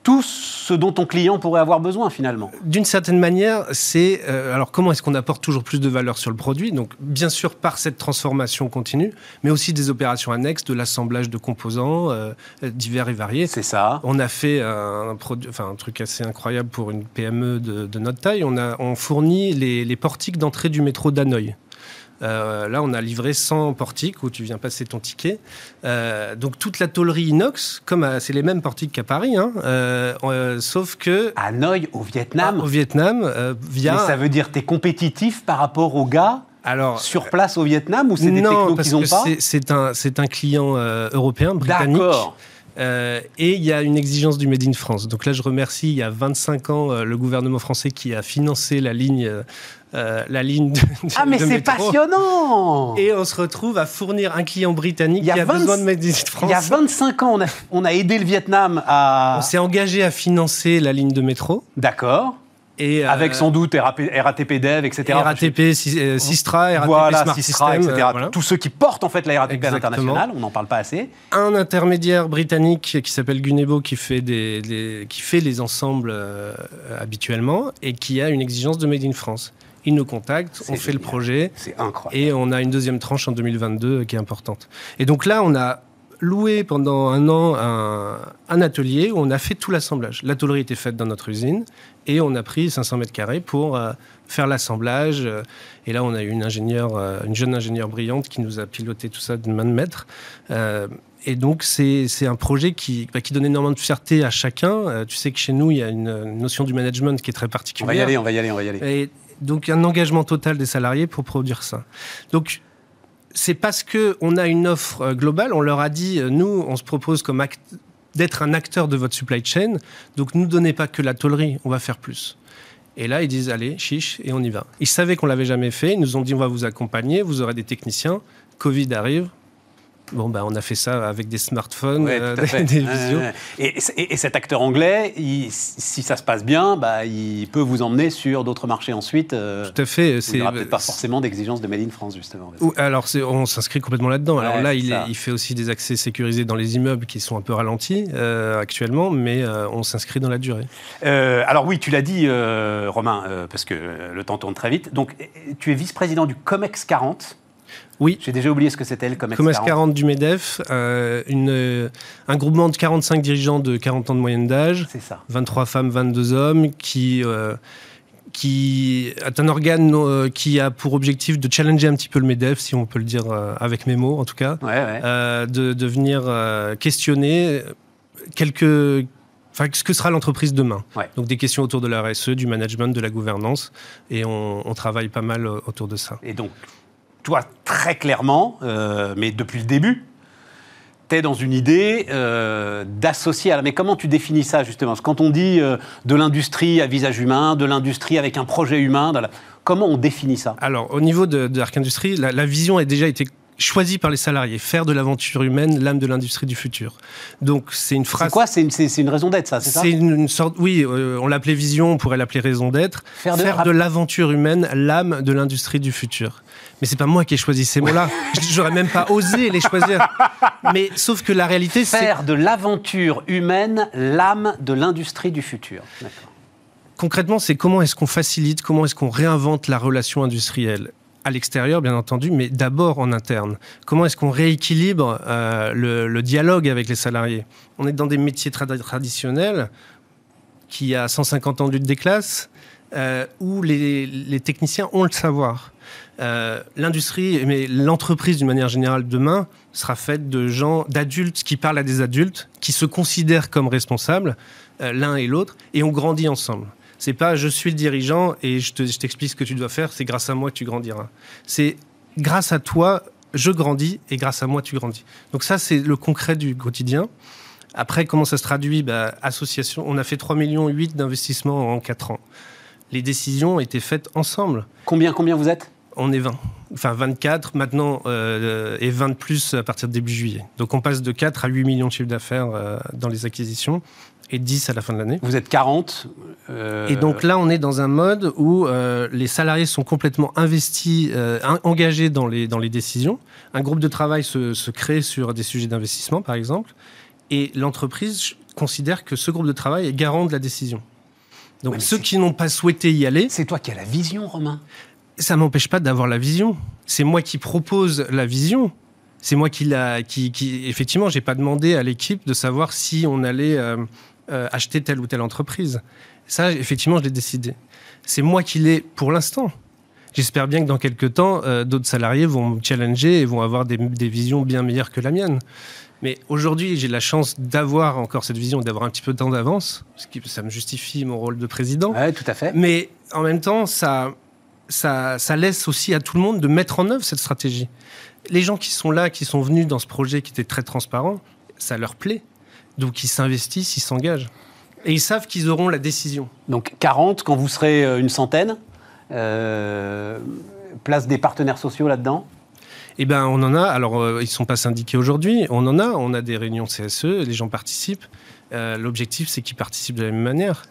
tout ce dont ton client pourrait avoir besoin finalement. D'une certaine manière, c'est... Euh, alors comment est-ce qu'on apporte toujours plus de valeur sur le produit ? Donc bien sûr par cette transformation continue, mais aussi des opérations annexes, de l'assemblage de composants euh, divers et variés. C'est ça. On a fait un, un, produit, enfin, un truc assez incroyable pour une P M E de, de notre taille. On, a, on fournit les, les portiques d'entrée du métro d'Hanoï. Euh, là, on a livré cent portiques où tu viens passer ton ticket. Euh, donc, toute la tôlerie inox, comme à, c'est les mêmes portiques qu'à Paris, hein, euh, euh, sauf que... À Hanoï, au Vietnam. Ah, au Vietnam, euh, via... Mais ça veut dire que tu es compétitif par rapport aux gars Alors, sur place au Vietnam ou c'est des non, technos qu'ils n'ont pas ? c'est, c'est, un, c'est un client euh, européen, britannique. D'accord. Euh, et il y a une exigence du Made in France. Donc là, je remercie, il y a vingt-cinq ans, euh, le gouvernement français qui a financé la ligne... Euh, la ligne de, de Ah mais de c'est métro. Passionnant. Et on se retrouve à fournir un client britannique Il y a qui a vingt besoin de Made in France. Il y a vingt-cinq ans, on a, on a aidé le Vietnam à... On s'est engagé à financer la ligne de métro. D'accord. Et, avec euh, sans doute R A T P Dev, et cetera. R A T P, Sistra, R A T P voilà, Smart Sistra, System, et cetera. Euh, voilà. Tous ceux qui portent en fait la R A T P à Exactement. l'international, on n'en parle pas assez. Un intermédiaire britannique qui s'appelle Gunebo qui fait, des, des, qui fait les ensembles euh, habituellement et qui a une exigence de Made in France. Ils nous contactent, C'est on fait génial. le projet. C'est incroyable. Et on a une deuxième tranche en deux mille vingt-deux qui est importante. Et donc là, on a loué pendant un an un, un atelier où on a fait tout l'assemblage. La tôlerie était faite dans notre usine et on a pris cinq cents mètres carrés pour euh, faire l'assemblage. Et là, on a eu une ingénieure, euh, une jeune ingénieure brillante qui nous a piloté tout ça de main de maître. Euh, Et donc, c'est, c'est un projet qui, bah, qui donne énormément de fierté à chacun. Euh, tu sais que chez nous, il y a une, une notion du management qui est très particulière. On va y aller, on va y aller, on va y aller. Et donc, un engagement total des salariés pour produire ça. Donc, c'est parce qu'on a une offre globale. On leur a dit, nous, on se propose comme act- d'être un acteur de votre supply chain. Donc, ne nous donnez pas que la tôlerie, on va faire plus. Et là, ils disent, allez, chiche, et on y va. Ils savaient qu'on ne l'avait jamais fait. Ils nous ont dit, on va vous accompagner, vous aurez des techniciens. Covid arrive. Bon, bah, on a fait ça avec des smartphones, Ouais, euh, tout à fait. des, des visios. Euh, et, et, et cet acteur anglais, il, si ça se passe bien, bah, il peut vous emmener sur d'autres marchés ensuite. Euh, Tout à fait. il n'y aura peut-être pas forcément d'exigence de Made in France, justement. Ou, alors, c'est, on s'inscrit complètement là-dedans. Ouais, alors là, il, est, ça. il fait aussi des accès sécurisés dans les immeubles qui sont un peu ralentis euh, actuellement, mais euh, on s'inscrit dans la durée. Euh, alors oui, tu l'as dit, euh, Romain, euh, parce que le temps tourne très vite. Donc, tu es vice-président du COMEX quarante. Oui. J'ai déjà oublié ce que c'était, le COMEX quarante. COMEX quarante du MEDEF, euh, une, euh, un groupement de quarante-cinq dirigeants de quarante ans de moyenne d'âge. C'est ça. vingt-trois femmes, vingt-deux hommes, qui, euh, qui est un organe euh, qui a pour objectif de challenger un petit peu le MEDEF, si on peut le dire euh, avec mes mots en tout cas, Ouais, ouais. euh, de, de venir euh, questionner quelques... Enfin, ce que sera l'entreprise demain. Ouais. Donc des questions autour de la R S E, du management, de la gouvernance, et on, on travaille pas mal autour de ça. Et donc, toi, très clairement, euh, mais depuis le début, tu es dans une idée euh, d'associer à la... Mais comment tu définis ça, justement ? Parce que quand on dit euh, de l'industrie à visage humain, de l'industrie avec un projet humain, dans la... comment on définit ça ? Alors, au niveau de, de Arc Industries, la, la vision a déjà été choisie par les salariés. Faire de l'aventure humaine l'âme de l'industrie du futur. Donc, c'est une phrase... C'est quoi ? C'est une, c'est, c'est une raison d'être, ça, c'est ça ? C'est une, une sorte... Oui, euh, on l'appelait vision, on pourrait l'appeler raison d'être. Faire de- Faire de l'aventure humaine l'âme de l'industrie du futur. Mais c'est pas moi qui ai choisi ces mots-là. J'aurais même pas osé les choisir. Mais sauf que la réalité, c'est... Faire de l'aventure humaine l'âme de l'industrie du futur. D'accord. Concrètement, c'est comment est-ce qu'on facilite, comment est-ce qu'on réinvente la relation industrielle à l'extérieur, bien entendu, mais d'abord en interne. Comment est-ce qu'on rééquilibre euh, le, le dialogue avec les salariés ? On est dans des métiers trad- traditionnels qui, à cent cinquante ans de lutte des classes, euh, où les, les techniciens ont le savoir. Euh, l'industrie, mais l'entreprise d'une manière générale demain sera faite de gens, d'adultes qui parlent à des adultes, qui se considèrent comme responsables, euh, l'un et l'autre, et on grandit ensemble. C'est pas je suis le dirigeant et je, te, je t'explique ce que tu dois faire, c'est grâce à moi que tu grandiras. C'est grâce à toi, je grandis et grâce à moi, tu grandis. Donc ça, c'est le concret du quotidien. Après, comment ça se traduit ? Bah, association, on a fait trois virgule huit millions d'investissements en quatre ans. Les décisions ont été faites ensemble. Combien, combien vous êtes ? On est vingt. Enfin, vingt-quatre maintenant euh, et vingt de plus à partir de début juillet. Donc on passe de quatre à huit millions de chiffre d'affaires euh, dans les acquisitions et dix à la fin de l'année. Vous êtes quarante. Euh... Et donc là, on est dans un mode où euh, les salariés sont complètement investis, euh, engagés dans les, dans les décisions. Un groupe de travail se, se crée sur des sujets d'investissement, par exemple. Et l'entreprise considère que ce groupe de travail est garant de la décision. Donc ouais, ceux qui n'ont pas souhaité y aller... C'est toi qui as la vision, Romain. Ça m'empêche pas d'avoir la vision. C'est moi qui propose la vision. C'est moi qui l'a... Qui, qui, effectivement, j'ai pas demandé à l'équipe de savoir si on allait euh, euh, acheter telle ou telle entreprise. Ça, effectivement, je l'ai décidé. C'est moi qui l'ai pour l'instant. J'espère bien que dans quelques temps, euh, d'autres salariés vont me challenger et vont avoir des, des visions bien meilleures que la mienne. Mais aujourd'hui, j'ai la chance d'avoir encore cette vision, d'avoir un petit peu de temps d'avance, ce qui ça me justifie mon rôle de président. Oui, tout à fait. Mais en même temps, ça, ça, ça laisse aussi à tout le monde de mettre en œuvre cette stratégie. Les gens qui sont là, qui sont venus dans ce projet qui était très transparent, ça leur plaît. Donc ils s'investissent, ils s'engagent. Et ils savent qu'ils auront la décision. Donc quarante, quand vous serez une centaine, euh, place des partenaires sociaux là-dedans ? Eh bien, on en a. Alors, euh, ils ne sont pas syndiqués aujourd'hui. On en a. On a des réunions C S E. Les gens participent. Euh, l'objectif, c'est qu'ils participent de la même manière.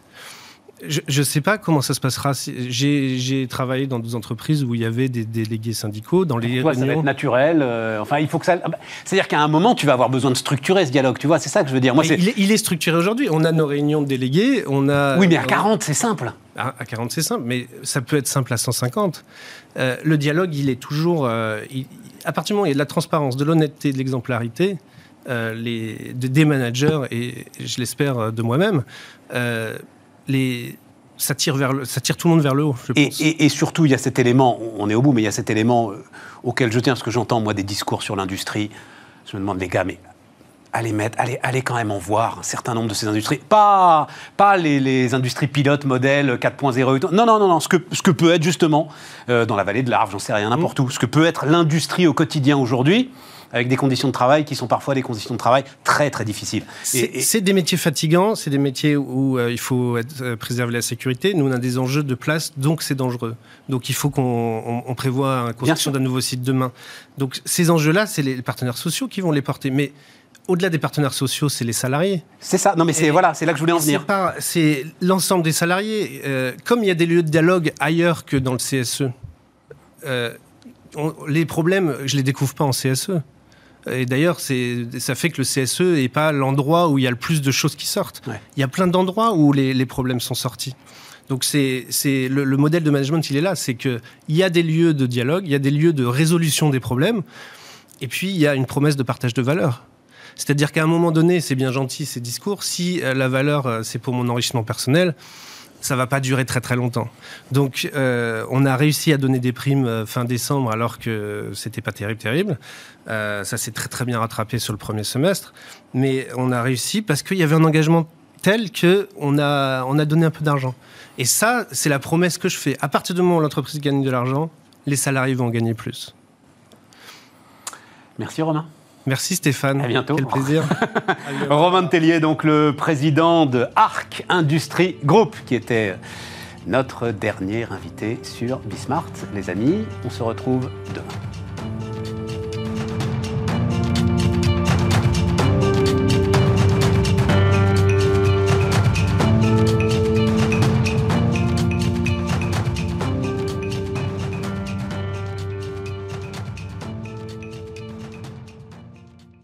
Je ne sais pas comment ça se passera. J'ai, j'ai travaillé dans deux entreprises où il y avait des délégués syndicaux. Dans les toi, réunions... ça va être naturel. Euh, enfin, il faut que ça... C'est-à-dire qu'à un moment, tu vas avoir besoin de structurer ce dialogue. Tu vois, c'est ça que je veux dire. Moi, c'est... Il, est, il est structuré aujourd'hui. On a nos réunions de délégués. On a... Oui, mais à quarante, c'est simple. À, à quarante, c'est simple. Mais ça peut être simple à cent cinquante. Euh, le dialogue, il est toujours... Euh, il, à partir du moment où il y a de la transparence, de l'honnêteté, de l'exemplarité, euh, les, des managers, et je l'espère de moi-même, euh, les, ça, tire vers le, ça tire tout le monde vers le haut, je pense. Et, et, et surtout, il y a cet élément, on est au bout, mais il y a cet élément euh, auquel je tiens, parce que j'entends, moi, des discours sur l'industrie. Je me demande, les gars, mais allez, mettre, allez, allez quand même en voir un certain nombre de ces industries. Pas, pas les, les industries pilotes, modèles quatre point zéro. Non, non, non, non. Ce que, ce que peut être justement, euh, dans la vallée de l'Arve, j'en sais rien, n'importe mmh. où, ce que peut être l'industrie au quotidien aujourd'hui, avec des conditions de travail qui sont parfois des conditions de travail très, très difficiles. C'est, et, et... c'est des métiers fatigants, c'est des métiers où euh, il faut être, euh, préserver la sécurité. Nous, on a des enjeux de place, donc c'est dangereux. Donc il faut qu'on on, on prévoit la construction d'un nouveau site demain. Donc ces enjeux-là, c'est les partenaires sociaux qui vont les porter. Mais au-delà des partenaires sociaux, c'est les salariés. C'est ça. Non, mais c'est, voilà, c'est là que je voulais en venir. C'est, pas, c'est l'ensemble des salariés. Euh, comme il y a des lieux de dialogue ailleurs que dans le C S E, euh, on, les problèmes, je ne les découvre pas en C S E. Et d'ailleurs, c'est, ça fait que le C S E n'est pas l'endroit où il y a le plus de choses qui sortent. Ouais. Il y a plein d'endroits où les, les problèmes sont sortis. Donc c'est, c'est le, le modèle de management, il est là. C'est qu'il y a des lieux de dialogue, il y a des lieux de résolution des problèmes. Et puis, il y a une promesse de partage de valeur. C'est-à-dire qu'à un moment donné, c'est bien gentil ces discours. Si euh, la valeur, euh, c'est pour mon enrichissement personnel, ça ne va pas durer très très longtemps. Donc, euh, on a réussi à donner des primes euh, fin décembre alors que c'était pas terrible, terrible. Euh, ça s'est très très bien rattrapé sur le premier semestre. Mais on a réussi parce qu'il y avait un engagement tel qu'on a, on a donné un peu d'argent. Et ça, c'est la promesse que je fais. À partir du moment où l'entreprise gagne de l'argent, les salariés vont gagner plus. Merci Romain. Merci Stéphane. À bientôt. Quel plaisir. Romain Tellier, donc le président de Arc Industrie Group, qui était notre dernier invité sur Bismart. Les amis, on se retrouve demain.